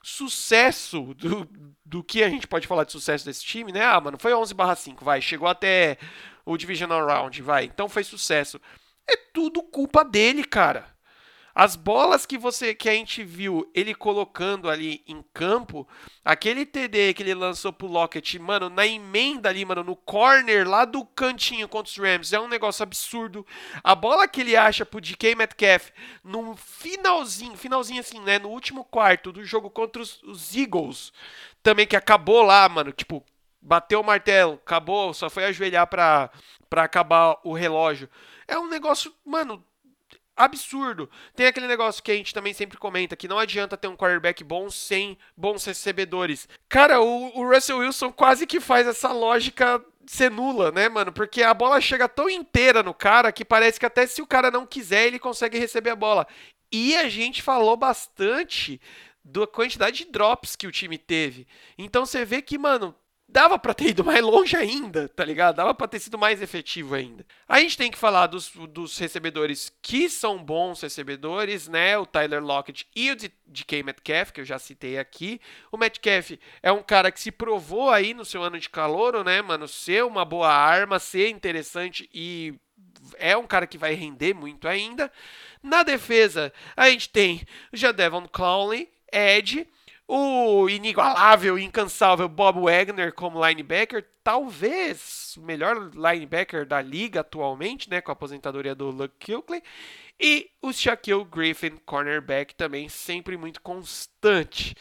sucesso do, do que a gente pode falar de sucesso desse time, né? Ah, mano, foi onze barra cinco, vai. Chegou até o Divisional Round, vai. Então foi sucesso. É tudo culpa dele, cara. As bolas que você que a gente viu ele colocando ali em campo, aquele T D que ele lançou pro Lockett, mano, na emenda ali, mano, no corner lá do cantinho contra os Rams, é um negócio absurdo. A bola que ele acha pro D K Metcalf no finalzinho, finalzinho assim, né, no último quarto do jogo contra os, os Eagles, também que acabou lá, mano, tipo, bateu o martelo, acabou, só foi ajoelhar pra, pra acabar o relógio. É um negócio, mano, absurdo. Tem aquele negócio que a gente também sempre comenta, que não adianta ter um quarterback bom sem bons recebedores. Cara, o, o Russell Wilson quase que faz essa lógica ser nula, né, mano? Porque a bola chega tão inteira no cara que parece que até se o cara não quiser, ele consegue receber a bola. E a gente falou bastante da quantidade de drops que o time teve. Então você vê que, mano, dava pra ter ido mais longe ainda, tá ligado? Dava pra ter sido mais efetivo ainda. A gente tem que falar dos, dos recebedores que são bons recebedores, né? O Tyler Lockett e o D K Metcalf, que eu já citei aqui. O Metcalf é um cara que se provou aí no seu ano de calouro, né, mano? Ser uma boa arma, ser interessante e é um cara que vai render muito ainda. Na defesa, a gente tem o Jadeveon Clowney, Ed, o inigualável, incansável Bob Wagner como linebacker, talvez o melhor linebacker da liga atualmente, né, com a aposentadoria do Luke Kuechly, e o Shaquille Griffin, cornerback, também sempre muito constante.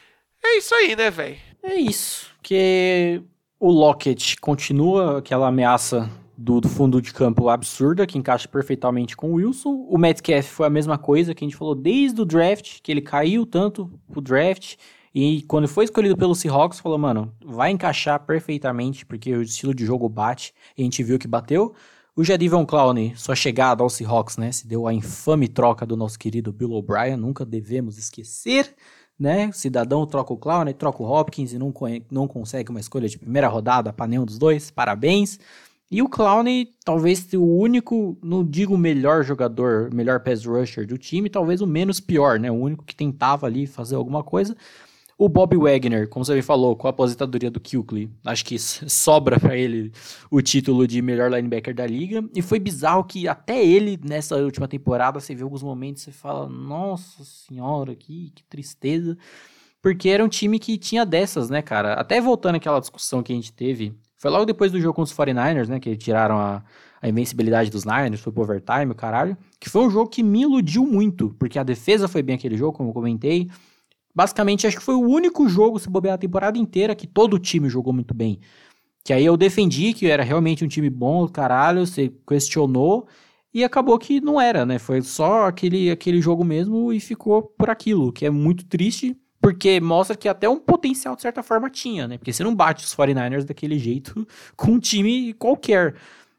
É isso aí, né, velho? É isso, que o Lockett continua aquela ameaça do, do fundo de campo absurda, que encaixa perfeitamente com o Wilson. O Metcalf foi a mesma coisa que a gente falou desde o draft, que ele caiu tanto pro draft, e quando foi escolhido pelo Seahawks, falou, mano, vai encaixar perfeitamente, porque o estilo de jogo bate, e a gente viu que bateu. O Jadeveon Clowney, sua chegada ao Seahawks, né, se deu a infame troca do nosso querido Bill O'Brien, nunca devemos esquecer, né, o cidadão troca o Clowney, troca o Hopkins e não, não consegue uma escolha de primeira rodada para nenhum dos dois, parabéns. E o Clowney, talvez o único, não digo o melhor jogador, melhor pass rusher do time, talvez o menos pior, né? O único que tentava ali fazer alguma coisa. O Bob Wagner, como você me falou, com a aposentadoria do Kuechly, acho que sobra para ele o título de melhor linebacker da liga. E foi bizarro que até ele, nessa última temporada, você vê alguns momentos e você fala, nossa senhora, que, que tristeza. Porque era um time que tinha dessas, né, cara? Até voltando àquela discussão que a gente teve, foi logo depois do jogo contra os quarenta e nine ers, né, que tiraram a, a invencibilidade dos Niners, foi pro overtime, o caralho, que foi um jogo que me iludiu muito, porque a defesa foi bem aquele jogo, como eu comentei. Basicamente, acho que foi o único jogo, se bobear a temporada inteira, que todo o time jogou muito bem. Que aí eu defendi que era realmente um time bom, caralho, você questionou, e acabou que não era, né? Foi só aquele, aquele jogo mesmo e ficou por aquilo, que é muito triste, porque mostra que até um potencial, de certa forma, tinha, né? Porque você não bate os quarenta e nine ers daquele jeito com um time qualquer.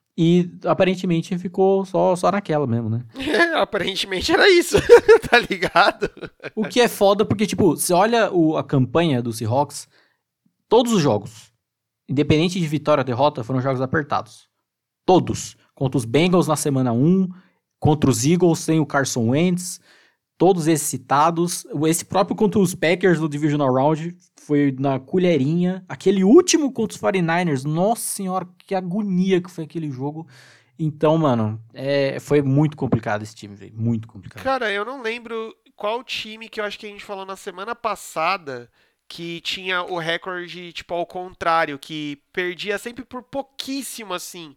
E aparentemente ficou só, só naquela mesmo, né? É, aparentemente era isso, tá ligado? O que é foda porque, tipo, você olha o, a campanha do Seahawks, todos os jogos, independente de vitória ou derrota, foram jogos apertados. Todos. Contra os Bengals na semana um, contra os Eagles sem o Carson Wentz, todos esses citados. Esse próprio contra os Packers no Divisional Round foi na colherinha. Aquele último contra os quarenta e nine ers, nossa senhora, que agonia que foi aquele jogo. Então, mano, é, foi muito complicado esse time, velho. Muito complicado. Cara, eu não lembro qual time que eu acho que a gente falou na semana passada que tinha o recorde, tipo, ao contrário, que perdia sempre por pouquíssimo, assim.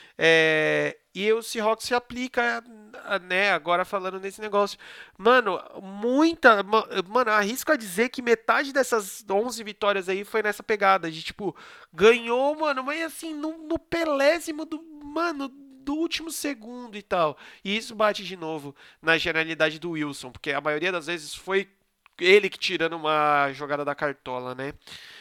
É, e o Seahawks se aplica, né, agora falando nesse negócio. Mano, muita... Mano, arrisco a dizer que metade dessas onze vitórias aí foi nessa pegada de, tipo, ganhou, mano, mas assim, no, no pelésimo do... Mano, do último segundo e tal. E isso bate de novo na genialidade do Wilson, porque a maioria das vezes foi ele que tirando uma jogada da cartola, né?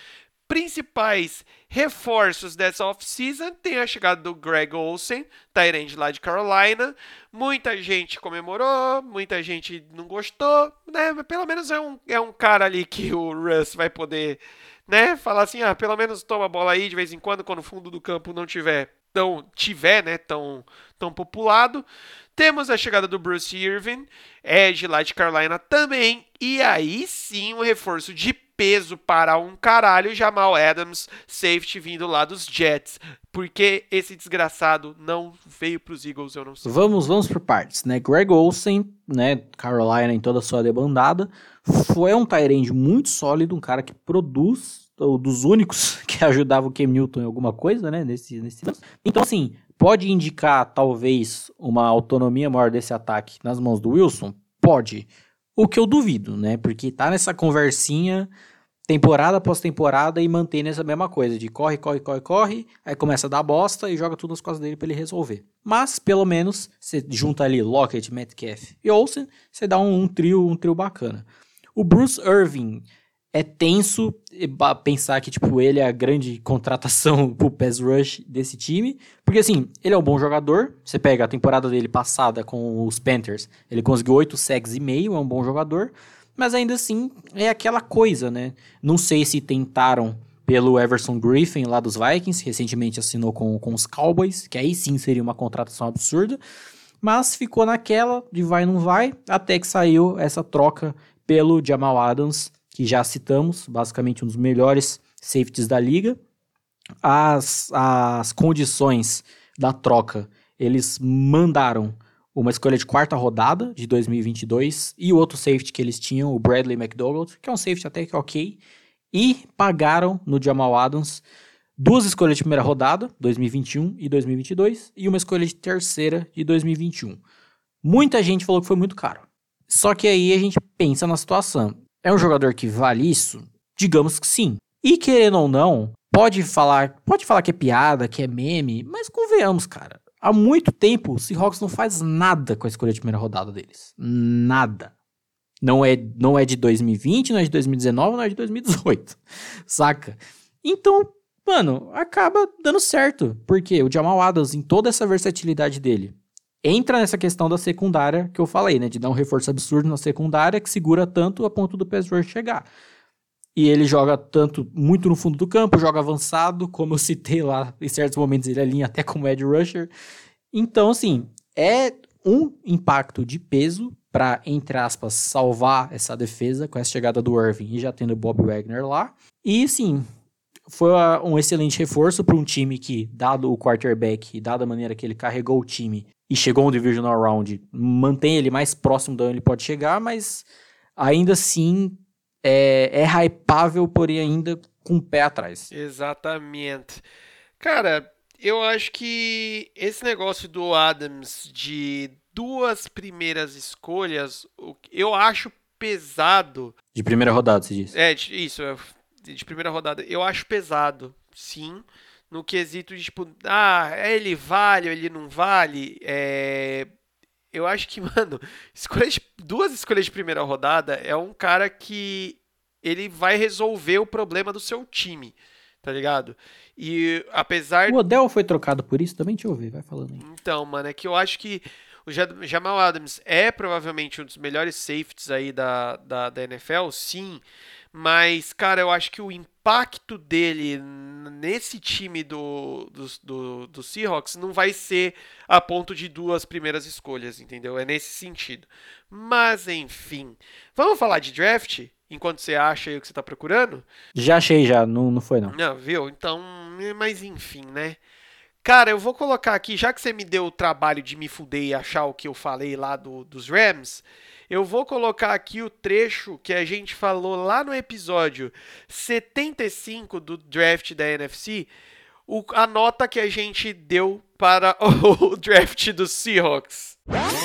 principais reforços dessa off-season tem a chegada do Greg Olsen, tight end lá de Carolina. Muita gente comemorou, muita gente não gostou, né? Mas pelo menos é um, é um cara ali que o Russ vai poder, né, falar assim, ah, pelo menos toma a bola aí de vez em quando, quando o fundo do campo não tiver tão, tiver, né, tão, tão populado. Temos a chegada do Bruce Irvin, edge lá de Carolina também, e aí sim um reforço de peso para um caralho, Jamal Adams, safety vindo lá dos Jets. Porque esse desgraçado não veio para os Eagles, eu não sei. Vamos, vamos por partes, né? Greg Olsen, né, Carolina em toda a sua debandada, foi um tight end muito sólido, um cara que produz, ou dos únicos que ajudava o Cam Newton em alguma coisa, né, nesse, nesse... Então, assim, pode indicar, talvez, uma autonomia maior desse ataque nas mãos do Wilson? Pode. O que eu duvido, né? Porque tá nessa conversinha temporada após temporada e mantém essa mesma coisa de corre, corre, corre, corre, aí começa a dar bosta e joga tudo nas costas dele pra ele resolver. Mas, pelo menos, você junta ali Lockett, Metcalf e Olsen, você dá um, um trio, um trio bacana. O Bruce Irvin é tenso pensar que, tipo, ele é a grande contratação pro pass rush desse time. Porque, assim, ele é um bom jogador. Você pega a temporada dele passada com os Panthers, ele conseguiu oito sacks e meio, é um bom jogador. Mas ainda assim, é aquela coisa, né? Não sei se tentaram pelo Everson Griffin lá dos Vikings, recentemente assinou com, com os Cowboys, que aí sim seria uma contratação absurda. Mas ficou naquela de vai ou não vai, até que saiu essa troca pelo Jamal Adams, que já citamos, basicamente um dos melhores safeties da liga. As, as condições da troca, eles mandaram uma escolha de quarta rodada de dois mil e vinte e dois e o outro safety que eles tinham, o Bradley McDougald, que é um safety até que ok, e pagaram no Jamal Adams duas escolhas de primeira rodada, dois mil e vinte e um e dois mil e vinte e dois, e uma escolha de terceira de dois mil e vinte e um. Muita gente falou que foi muito caro. Só que aí a gente pensa na situação. É um jogador que vale isso? Digamos que sim. E querendo ou não, pode falar, pode falar que é piada, que é meme, mas convenhamos, cara. Há muito tempo o Seahawks não faz nada com a escolha de primeira rodada deles. Nada. Não é, não é de dois mil e vinte, não é de dois mil e dezenove, não é de dois mil e dezoito. Saca? Então, mano, acaba dando certo. Porque o Jamal Adams, em toda essa versatilidade dele, entra nessa questão da secundária que eu falei, né? De dar um reforço absurdo na secundária que segura tanto a ponto do pass rush chegar. E ele joga tanto, muito no fundo do campo, joga avançado, como eu citei lá, em certos momentos ele alinha até como edge rusher. Então, assim, é um impacto de peso para, entre aspas, salvar essa defesa com essa chegada do Irving e já tendo o Bob Wagner lá. E, sim, foi um excelente reforço para um time que, dado o quarterback e dada a maneira que ele carregou o time e chegou um divisional round, mantém ele mais próximo de onde ele pode chegar, mas ainda assim é, é hypável, porém ainda com o pé atrás. Exatamente. Cara, eu acho que esse negócio do Adams de duas primeiras escolhas, eu acho pesado. De primeira rodada, você disse. É, isso, de primeira rodada. Eu acho pesado, sim. No quesito de, tipo, ah, ele vale ou ele não vale, é... eu acho que, mano, escolha de, duas escolhas de primeira rodada é um cara que ele vai resolver o problema do seu time, tá ligado? E apesar... O Odell foi trocado por isso? Também deixa eu ver, vai falando aí. Então, mano, é que eu acho que o Jamal Adams é provavelmente um dos melhores safeties aí da, da, da N F L, sim. Mas, cara, eu acho que o impacto dele nesse time do, do, do, do Seahawks não vai ser a ponto de duas primeiras escolhas, entendeu? É nesse sentido. Mas, enfim. Vamos falar de draft? Enquanto você acha aí o que você tá procurando? Já achei, já. Não, não foi, não. Não, viu? Então, mas enfim, né? Cara, eu vou colocar aqui, já que você me deu o trabalho de me fuder e achar o que eu falei lá do, dos Rams... Eu vou colocar aqui o trecho que a gente falou lá no episódio setenta e cinco do draft da N F C, o, a nota que a gente deu para o draft dos Seahawks.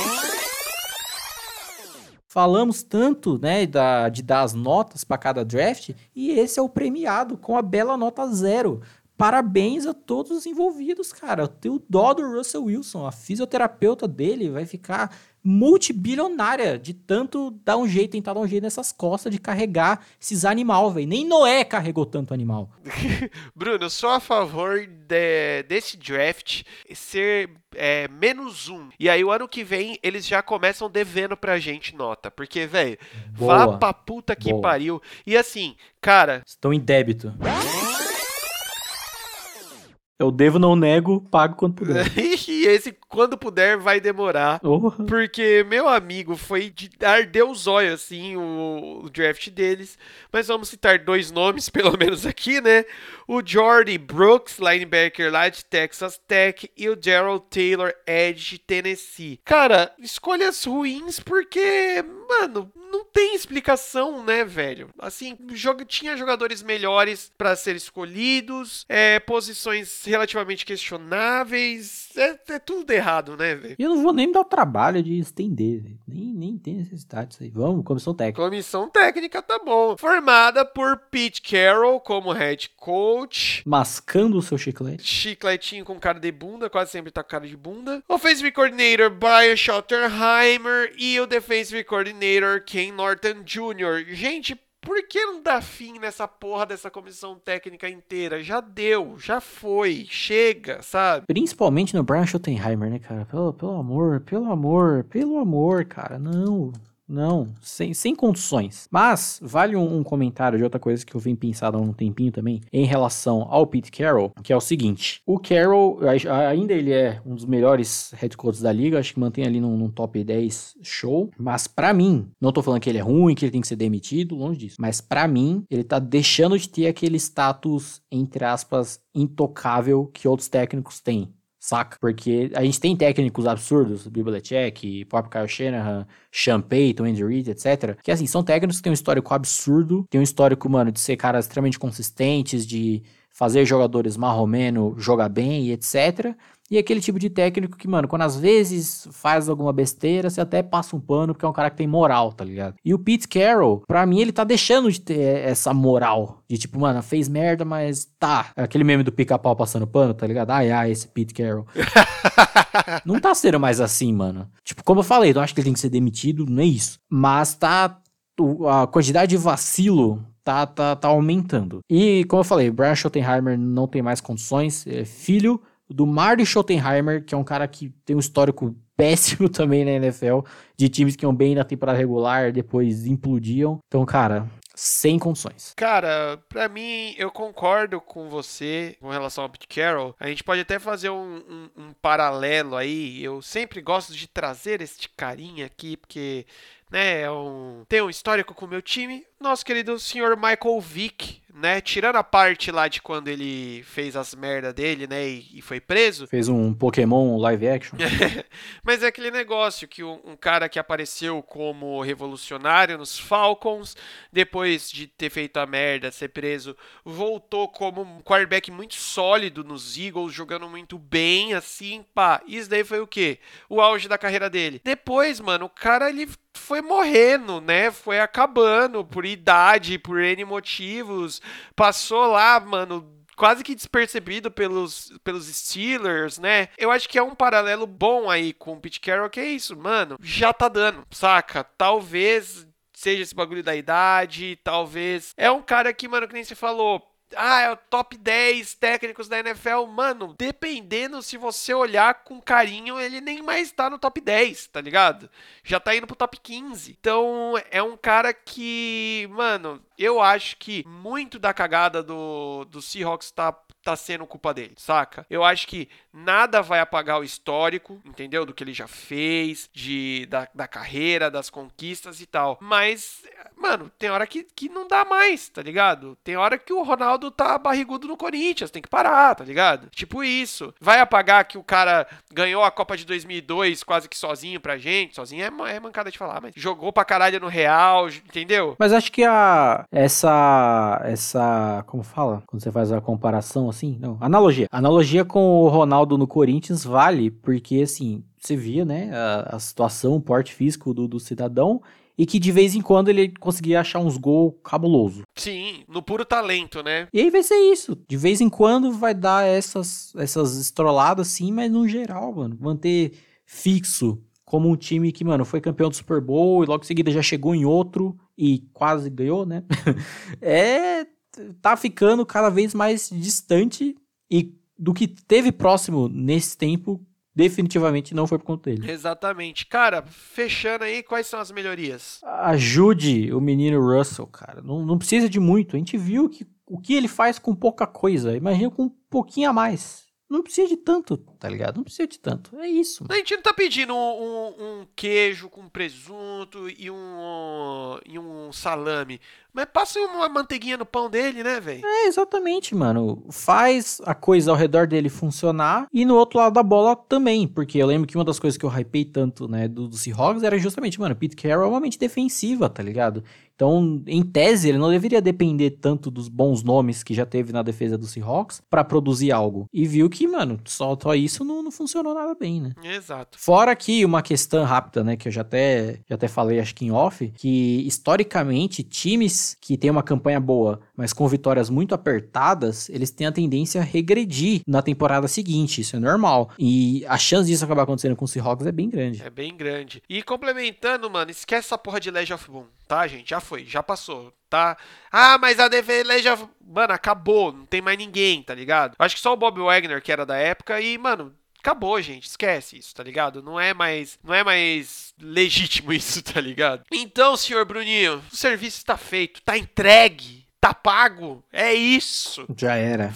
Falamos tanto, né, da, de dar as notas para cada draft, e esse é o premiado com a bela nota zero. Parabéns a todos os envolvidos, cara. Eu tenho dó do Russell Wilson. A fisioterapeuta dele vai ficar multibilionária de tanto dar um jeito, tentar dar um jeito nessas costas de carregar esses animal, velho. Nem Noé carregou tanto animal. Bruno, eu sou a favor de, desse draft ser é, menos um. E aí o ano que vem eles já começam devendo pra gente nota. Porque, velho, vá pra puta que boa. pariu. E assim, cara... Estão em débito. Eu devo, não nego, pago quando puder. E esse, quando puder, vai demorar. Oh. Porque, meu amigo, foi de arder os olhos, assim, o, o draft deles. Mas vamos citar dois nomes, pelo menos aqui, né? O Jordy Brooks, linebacker lá de Texas Tech, e o Darrell Taylor, edge de Tennessee. Cara, escolhas ruins porque, mano, não tem explicação, né, velho? Assim, jogo, tinha jogadores melhores pra ser escolhidos, é, posições relativamente questionáveis, é, é tudo errado, né, velho? Eu não vou nem me dar o trabalho de estender, véio. nem, nem tem necessidade disso aí. Vamos, comissão técnica. Comissão técnica, tá bom. Formada por Pete Carroll como head coach. Mascando o seu chiclete. Chicletinho com cara de bunda, quase sempre tá com cara de bunda. Offensive Coordinator Brian Schottenheimer e o Defensive Coordinator Ken Norton Júnior Gente, por que não dá fim nessa porra dessa comissão técnica inteira? Já deu, já foi, chega, sabe? Principalmente no Brian Schottenheimer, né, cara? Pelo, pelo amor, pelo amor, pelo amor, cara, não... Não, sem, sem condições. Mas vale um, um comentário de outra coisa que eu venho pensando há um tempinho também, em relação ao Pete Carroll, que é o seguinte. O Carroll, ainda ele é um dos melhores head coaches da liga, acho que mantém ali num, num top dez show. Mas pra mim, não tô falando que ele é ruim, que ele tem que ser demitido, longe disso. Mas pra mim, ele tá deixando de ter aquele status, entre aspas, intocável que outros técnicos têm. Saca? Porque a gente tem técnicos absurdos, Bill Belichick, Pop Kyle Shanahan, Sean Payton, Andy Reid, etcétera. Que assim, são técnicos que têm um histórico absurdo, tem um histórico, mano, de ser caras extremamente consistentes, de fazer jogadores marromeno jogar bem e etcétera. E aquele tipo de técnico que, mano, quando às vezes faz alguma besteira, você até passa um pano, porque é um cara que tem moral, tá ligado? E o Pete Carroll, pra mim, ele tá deixando de ter essa moral. De tipo, mano, fez merda, mas tá. Aquele meme do pica-pau passando pano, tá ligado? Ai, ai, esse Pete Carroll. Não tá sendo mais assim, mano. Tipo, como eu falei, eu acho que ele tem que ser demitido, não é isso. Mas tá... A quantidade de vacilo... Tá, tá, tá aumentando. E, como eu falei, Brian Schottenheimer não tem mais condições. É filho do Marty Schottenheimer, que é um cara que tem um histórico péssimo também na N F L, de times que iam bem na temporada regular, depois implodiam. Então, cara, sem condições. Cara, pra mim, eu concordo com você com relação ao Pete Carroll. A gente pode até fazer um, um, um paralelo aí. Eu sempre gosto de trazer este carinha aqui, porque... né, é um, tem um histórico com o meu time, nosso querido senhor Michael Vick, né, tirando a parte lá de quando ele fez as merda dele, né, e, e foi preso. Fez um Pokémon live action. Mas é aquele negócio que um, um cara que apareceu como revolucionário nos Falcons, depois de ter feito a merda, ser preso, voltou como um quarterback muito sólido nos Eagles, jogando muito bem, assim, pá, isso daí foi o quê? O auge da carreira dele. Depois, mano, o cara, ele foi morrendo, né? Foi acabando por idade, por N motivos. Passou lá, mano, quase que despercebido pelos, pelos Steelers, né? Eu acho que é um paralelo bom aí com o Pete Carroll, que é isso, mano. Já tá dando, saca? Talvez seja esse bagulho da idade, talvez... É um cara que, mano, que nem você falou... Ah, é o top dez técnicos da N F L. Mano, dependendo, se você olhar com carinho, ele nem mais tá no top dez, tá ligado? Já tá indo pro top quinze. Então, é um cara que, mano, eu acho que muito da cagada do, do Seahawks tá, tá sendo culpa dele, saca? Eu acho que nada vai apagar o histórico, entendeu? Do que ele já fez, de, da, da carreira, das conquistas e tal. Mas, mano, tem hora que, que não dá mais, tá ligado? Tem hora que o Ronaldo tá barrigudo no Corinthians, tem que parar, tá ligado? Tipo isso. Vai apagar que o cara ganhou a Copa de dois mil e dois quase que sozinho pra gente. Sozinho é, é mancada de falar, mas jogou pra caralho no Real, entendeu? Mas acho que a essa essa como fala? Quando você faz a comparação assim, não, analogia. Analogia com o Ronaldo no Corinthians vale porque assim, você via, né, a, a situação, o porte físico do, do cidadão. E que de vez em quando ele conseguia achar uns gols cabuloso. Sim, no puro talento, né? E aí vai ser isso. De vez em quando vai dar essas, essas estroladas sim, mas no geral, mano, manter fixo, como um time que, mano, foi campeão do Super Bowl e logo em seguida já chegou em outro e quase ganhou, né? é, tá ficando cada vez mais distante e do que teve próximo nesse tempo, definitivamente não foi por conta dele. Exatamente. Cara, fechando aí, quais são as melhorias? Ajude o menino Russell, cara. Não, não precisa de muito. A gente viu que, o que ele faz com pouca coisa. Imagina com um pouquinho a mais. Não precisa de tanto, tá ligado? Não precisa de tanto. É isso. Mano. A gente não tá pedindo um, um, um queijo com presunto e um, e um salame. Mas passa uma manteiguinha no pão dele, né, velho? É, exatamente, mano. Faz a coisa ao redor dele funcionar e no outro lado da bola também. Porque eu lembro que uma das coisas que eu hypei tanto, né, do, do Seahawks era justamente, mano, Pete Carroll é uma mente defensiva, tá ligado? Então, em tese, ele não deveria depender tanto dos bons nomes que já teve na defesa do Seahawks pra produzir algo. E viu que, mano, só, só isso não, não funcionou nada bem, né? Exato. Fora que uma questão rápida, né, que eu já até, já até falei, acho que em off, que historicamente, times que têm uma campanha boa, mas com vitórias muito apertadas, eles têm a tendência a regredir na temporada seguinte. Isso é normal. E a chance disso acabar acontecendo com o Seahawks é bem grande. É bem grande. E complementando, mano, esquece essa porra de Legion of Boom, tá, gente? Já foi, já passou, tá? Ah, mas a D V Legion of... Mano, acabou, não tem mais ninguém, tá ligado? Acho que só o Bob Wagner, que era da época, e, mano... Acabou, gente. Esquece isso, tá ligado? Não é mais, não é mais legítimo isso, tá ligado? Então, senhor Bruninho, o serviço está feito, tá entregue, tá pago. É isso. Já era.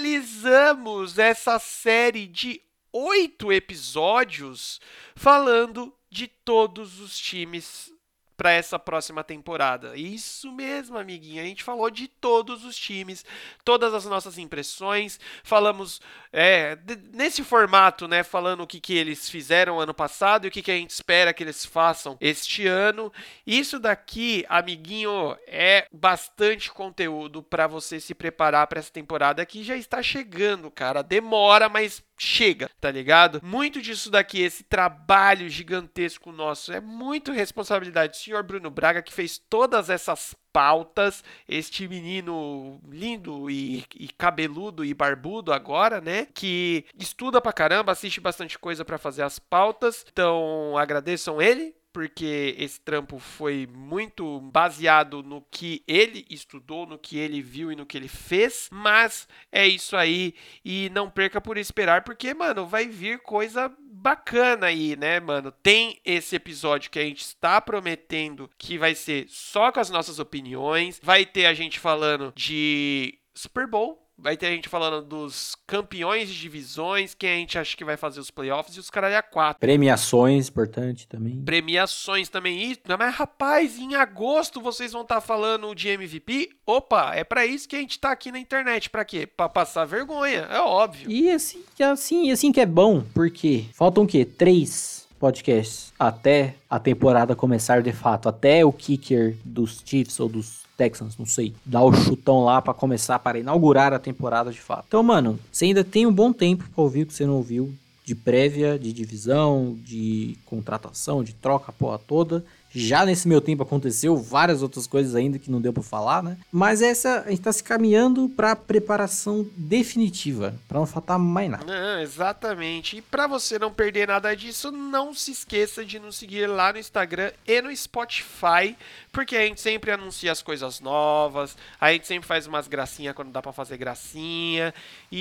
Finalizamos essa série de oito episódios falando de todos os times para essa próxima temporada. Isso mesmo, amiguinho. A gente falou de todos os times, todas as nossas impressões. Falamos é, de, nesse formato, né? Falando o que, que eles fizeram ano passado e o que, que a gente espera que eles façam este ano. Isso daqui, amiguinho, é bastante conteúdo para você se preparar para essa temporada que já está chegando, cara. Demora, mas chega, tá ligado? Muito disso daqui, esse trabalho gigantesco nosso, é muito responsabilidade do senhor Bruno Braga, que fez todas essas pautas, este menino lindo e, e cabeludo e barbudo agora, né, que estuda pra caramba, assiste bastante coisa pra fazer as pautas, então agradeçam ele, porque esse trampo foi muito baseado no que ele estudou, no que ele viu e no que ele fez, mas é isso aí, e não perca por esperar, porque, mano, vai vir coisa bacana aí, né, mano? Tem esse episódio que a gente está prometendo que vai ser só com as nossas opiniões, vai ter a gente falando de Super Bowl, vai ter a gente falando dos campeões de divisões, quem a gente acha que vai fazer os playoffs e os caralho a quatro. Premiações, importante também. Premiações também. Isso, mas rapaz, em agosto vocês vão estar falando de M V P? Opa, é pra isso que a gente tá aqui na internet. Pra quê? Pra passar vergonha, é óbvio. E assim, assim, assim que é bom, porque faltam o quê? Três podcasts até a temporada começar de fato, até o kicker dos Chiefs ou dos Texans, não sei, dar o chutão lá pra começar, para inaugurar a temporada de fato. Então, mano, você ainda tem um bom tempo pra ouvir o que você não ouviu, de prévia, de divisão, de contratação, de troca, a porra toda. Já nesse meu tempo aconteceu várias outras coisas ainda que não deu pra falar, né? Mas essa, a gente tá se caminhando pra preparação definitiva, pra não faltar mais nada. Não, exatamente. E pra você não perder nada disso, não se esqueça de nos seguir lá no Instagram e no Spotify, porque a gente sempre anuncia as coisas novas, a gente sempre faz umas gracinhas quando dá pra fazer gracinha.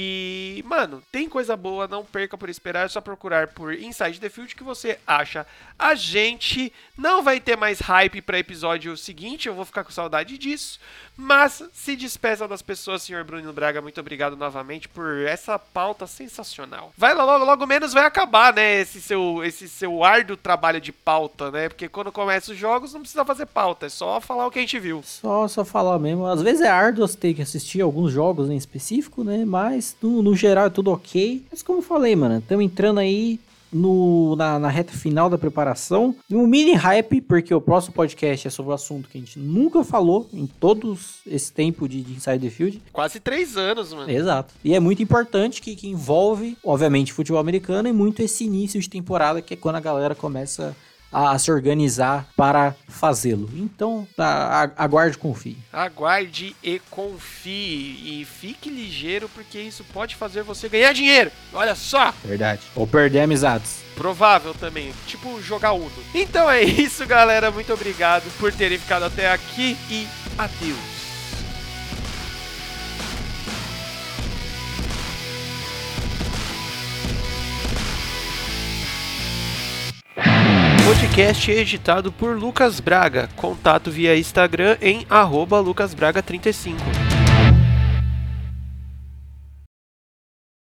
E, mano, tem coisa boa, não perca por esperar, é só procurar por Inside the Field que você acha. A gente não vai ter mais hype para episódio seguinte, eu vou ficar com saudade disso, mas se despeça das pessoas, senhor Bruno Braga, muito obrigado novamente por essa pauta sensacional. Vai logo, logo menos vai acabar, né, esse seu, esse seu árduo trabalho de pauta, né, porque quando começa os jogos não precisa fazer pauta, é só falar o que a gente viu. Só, só falar mesmo, às vezes é árduo você ter que assistir alguns jogos em específico, né, mas no, no geral é tudo ok. Mas como eu falei, mano, estamos entrando aí No, na, na reta final da preparação, um mini hype, porque o próximo podcast é sobre o assunto que a gente nunca falou em todos esse tempo de, de Inside the Field. Quase três anos, mano. Exato. E é muito importante que, que envolve, obviamente, futebol americano e muito esse início de temporada, que é quando a galera começa a, a se organizar para fazê-lo. Então, a, a, aguarde e confie. Aguarde e confie. E fique ligeiro, porque isso pode fazer você ganhar dinheiro. Olha só! Verdade. Ou perder amizades. Provável também, tipo jogar Uno. Então é isso, galera. Muito obrigado por terem ficado até aqui e adeus. Podcast editado por Lucas Braga. Contato via Instagram em arroba lucas braga trinta e cinco.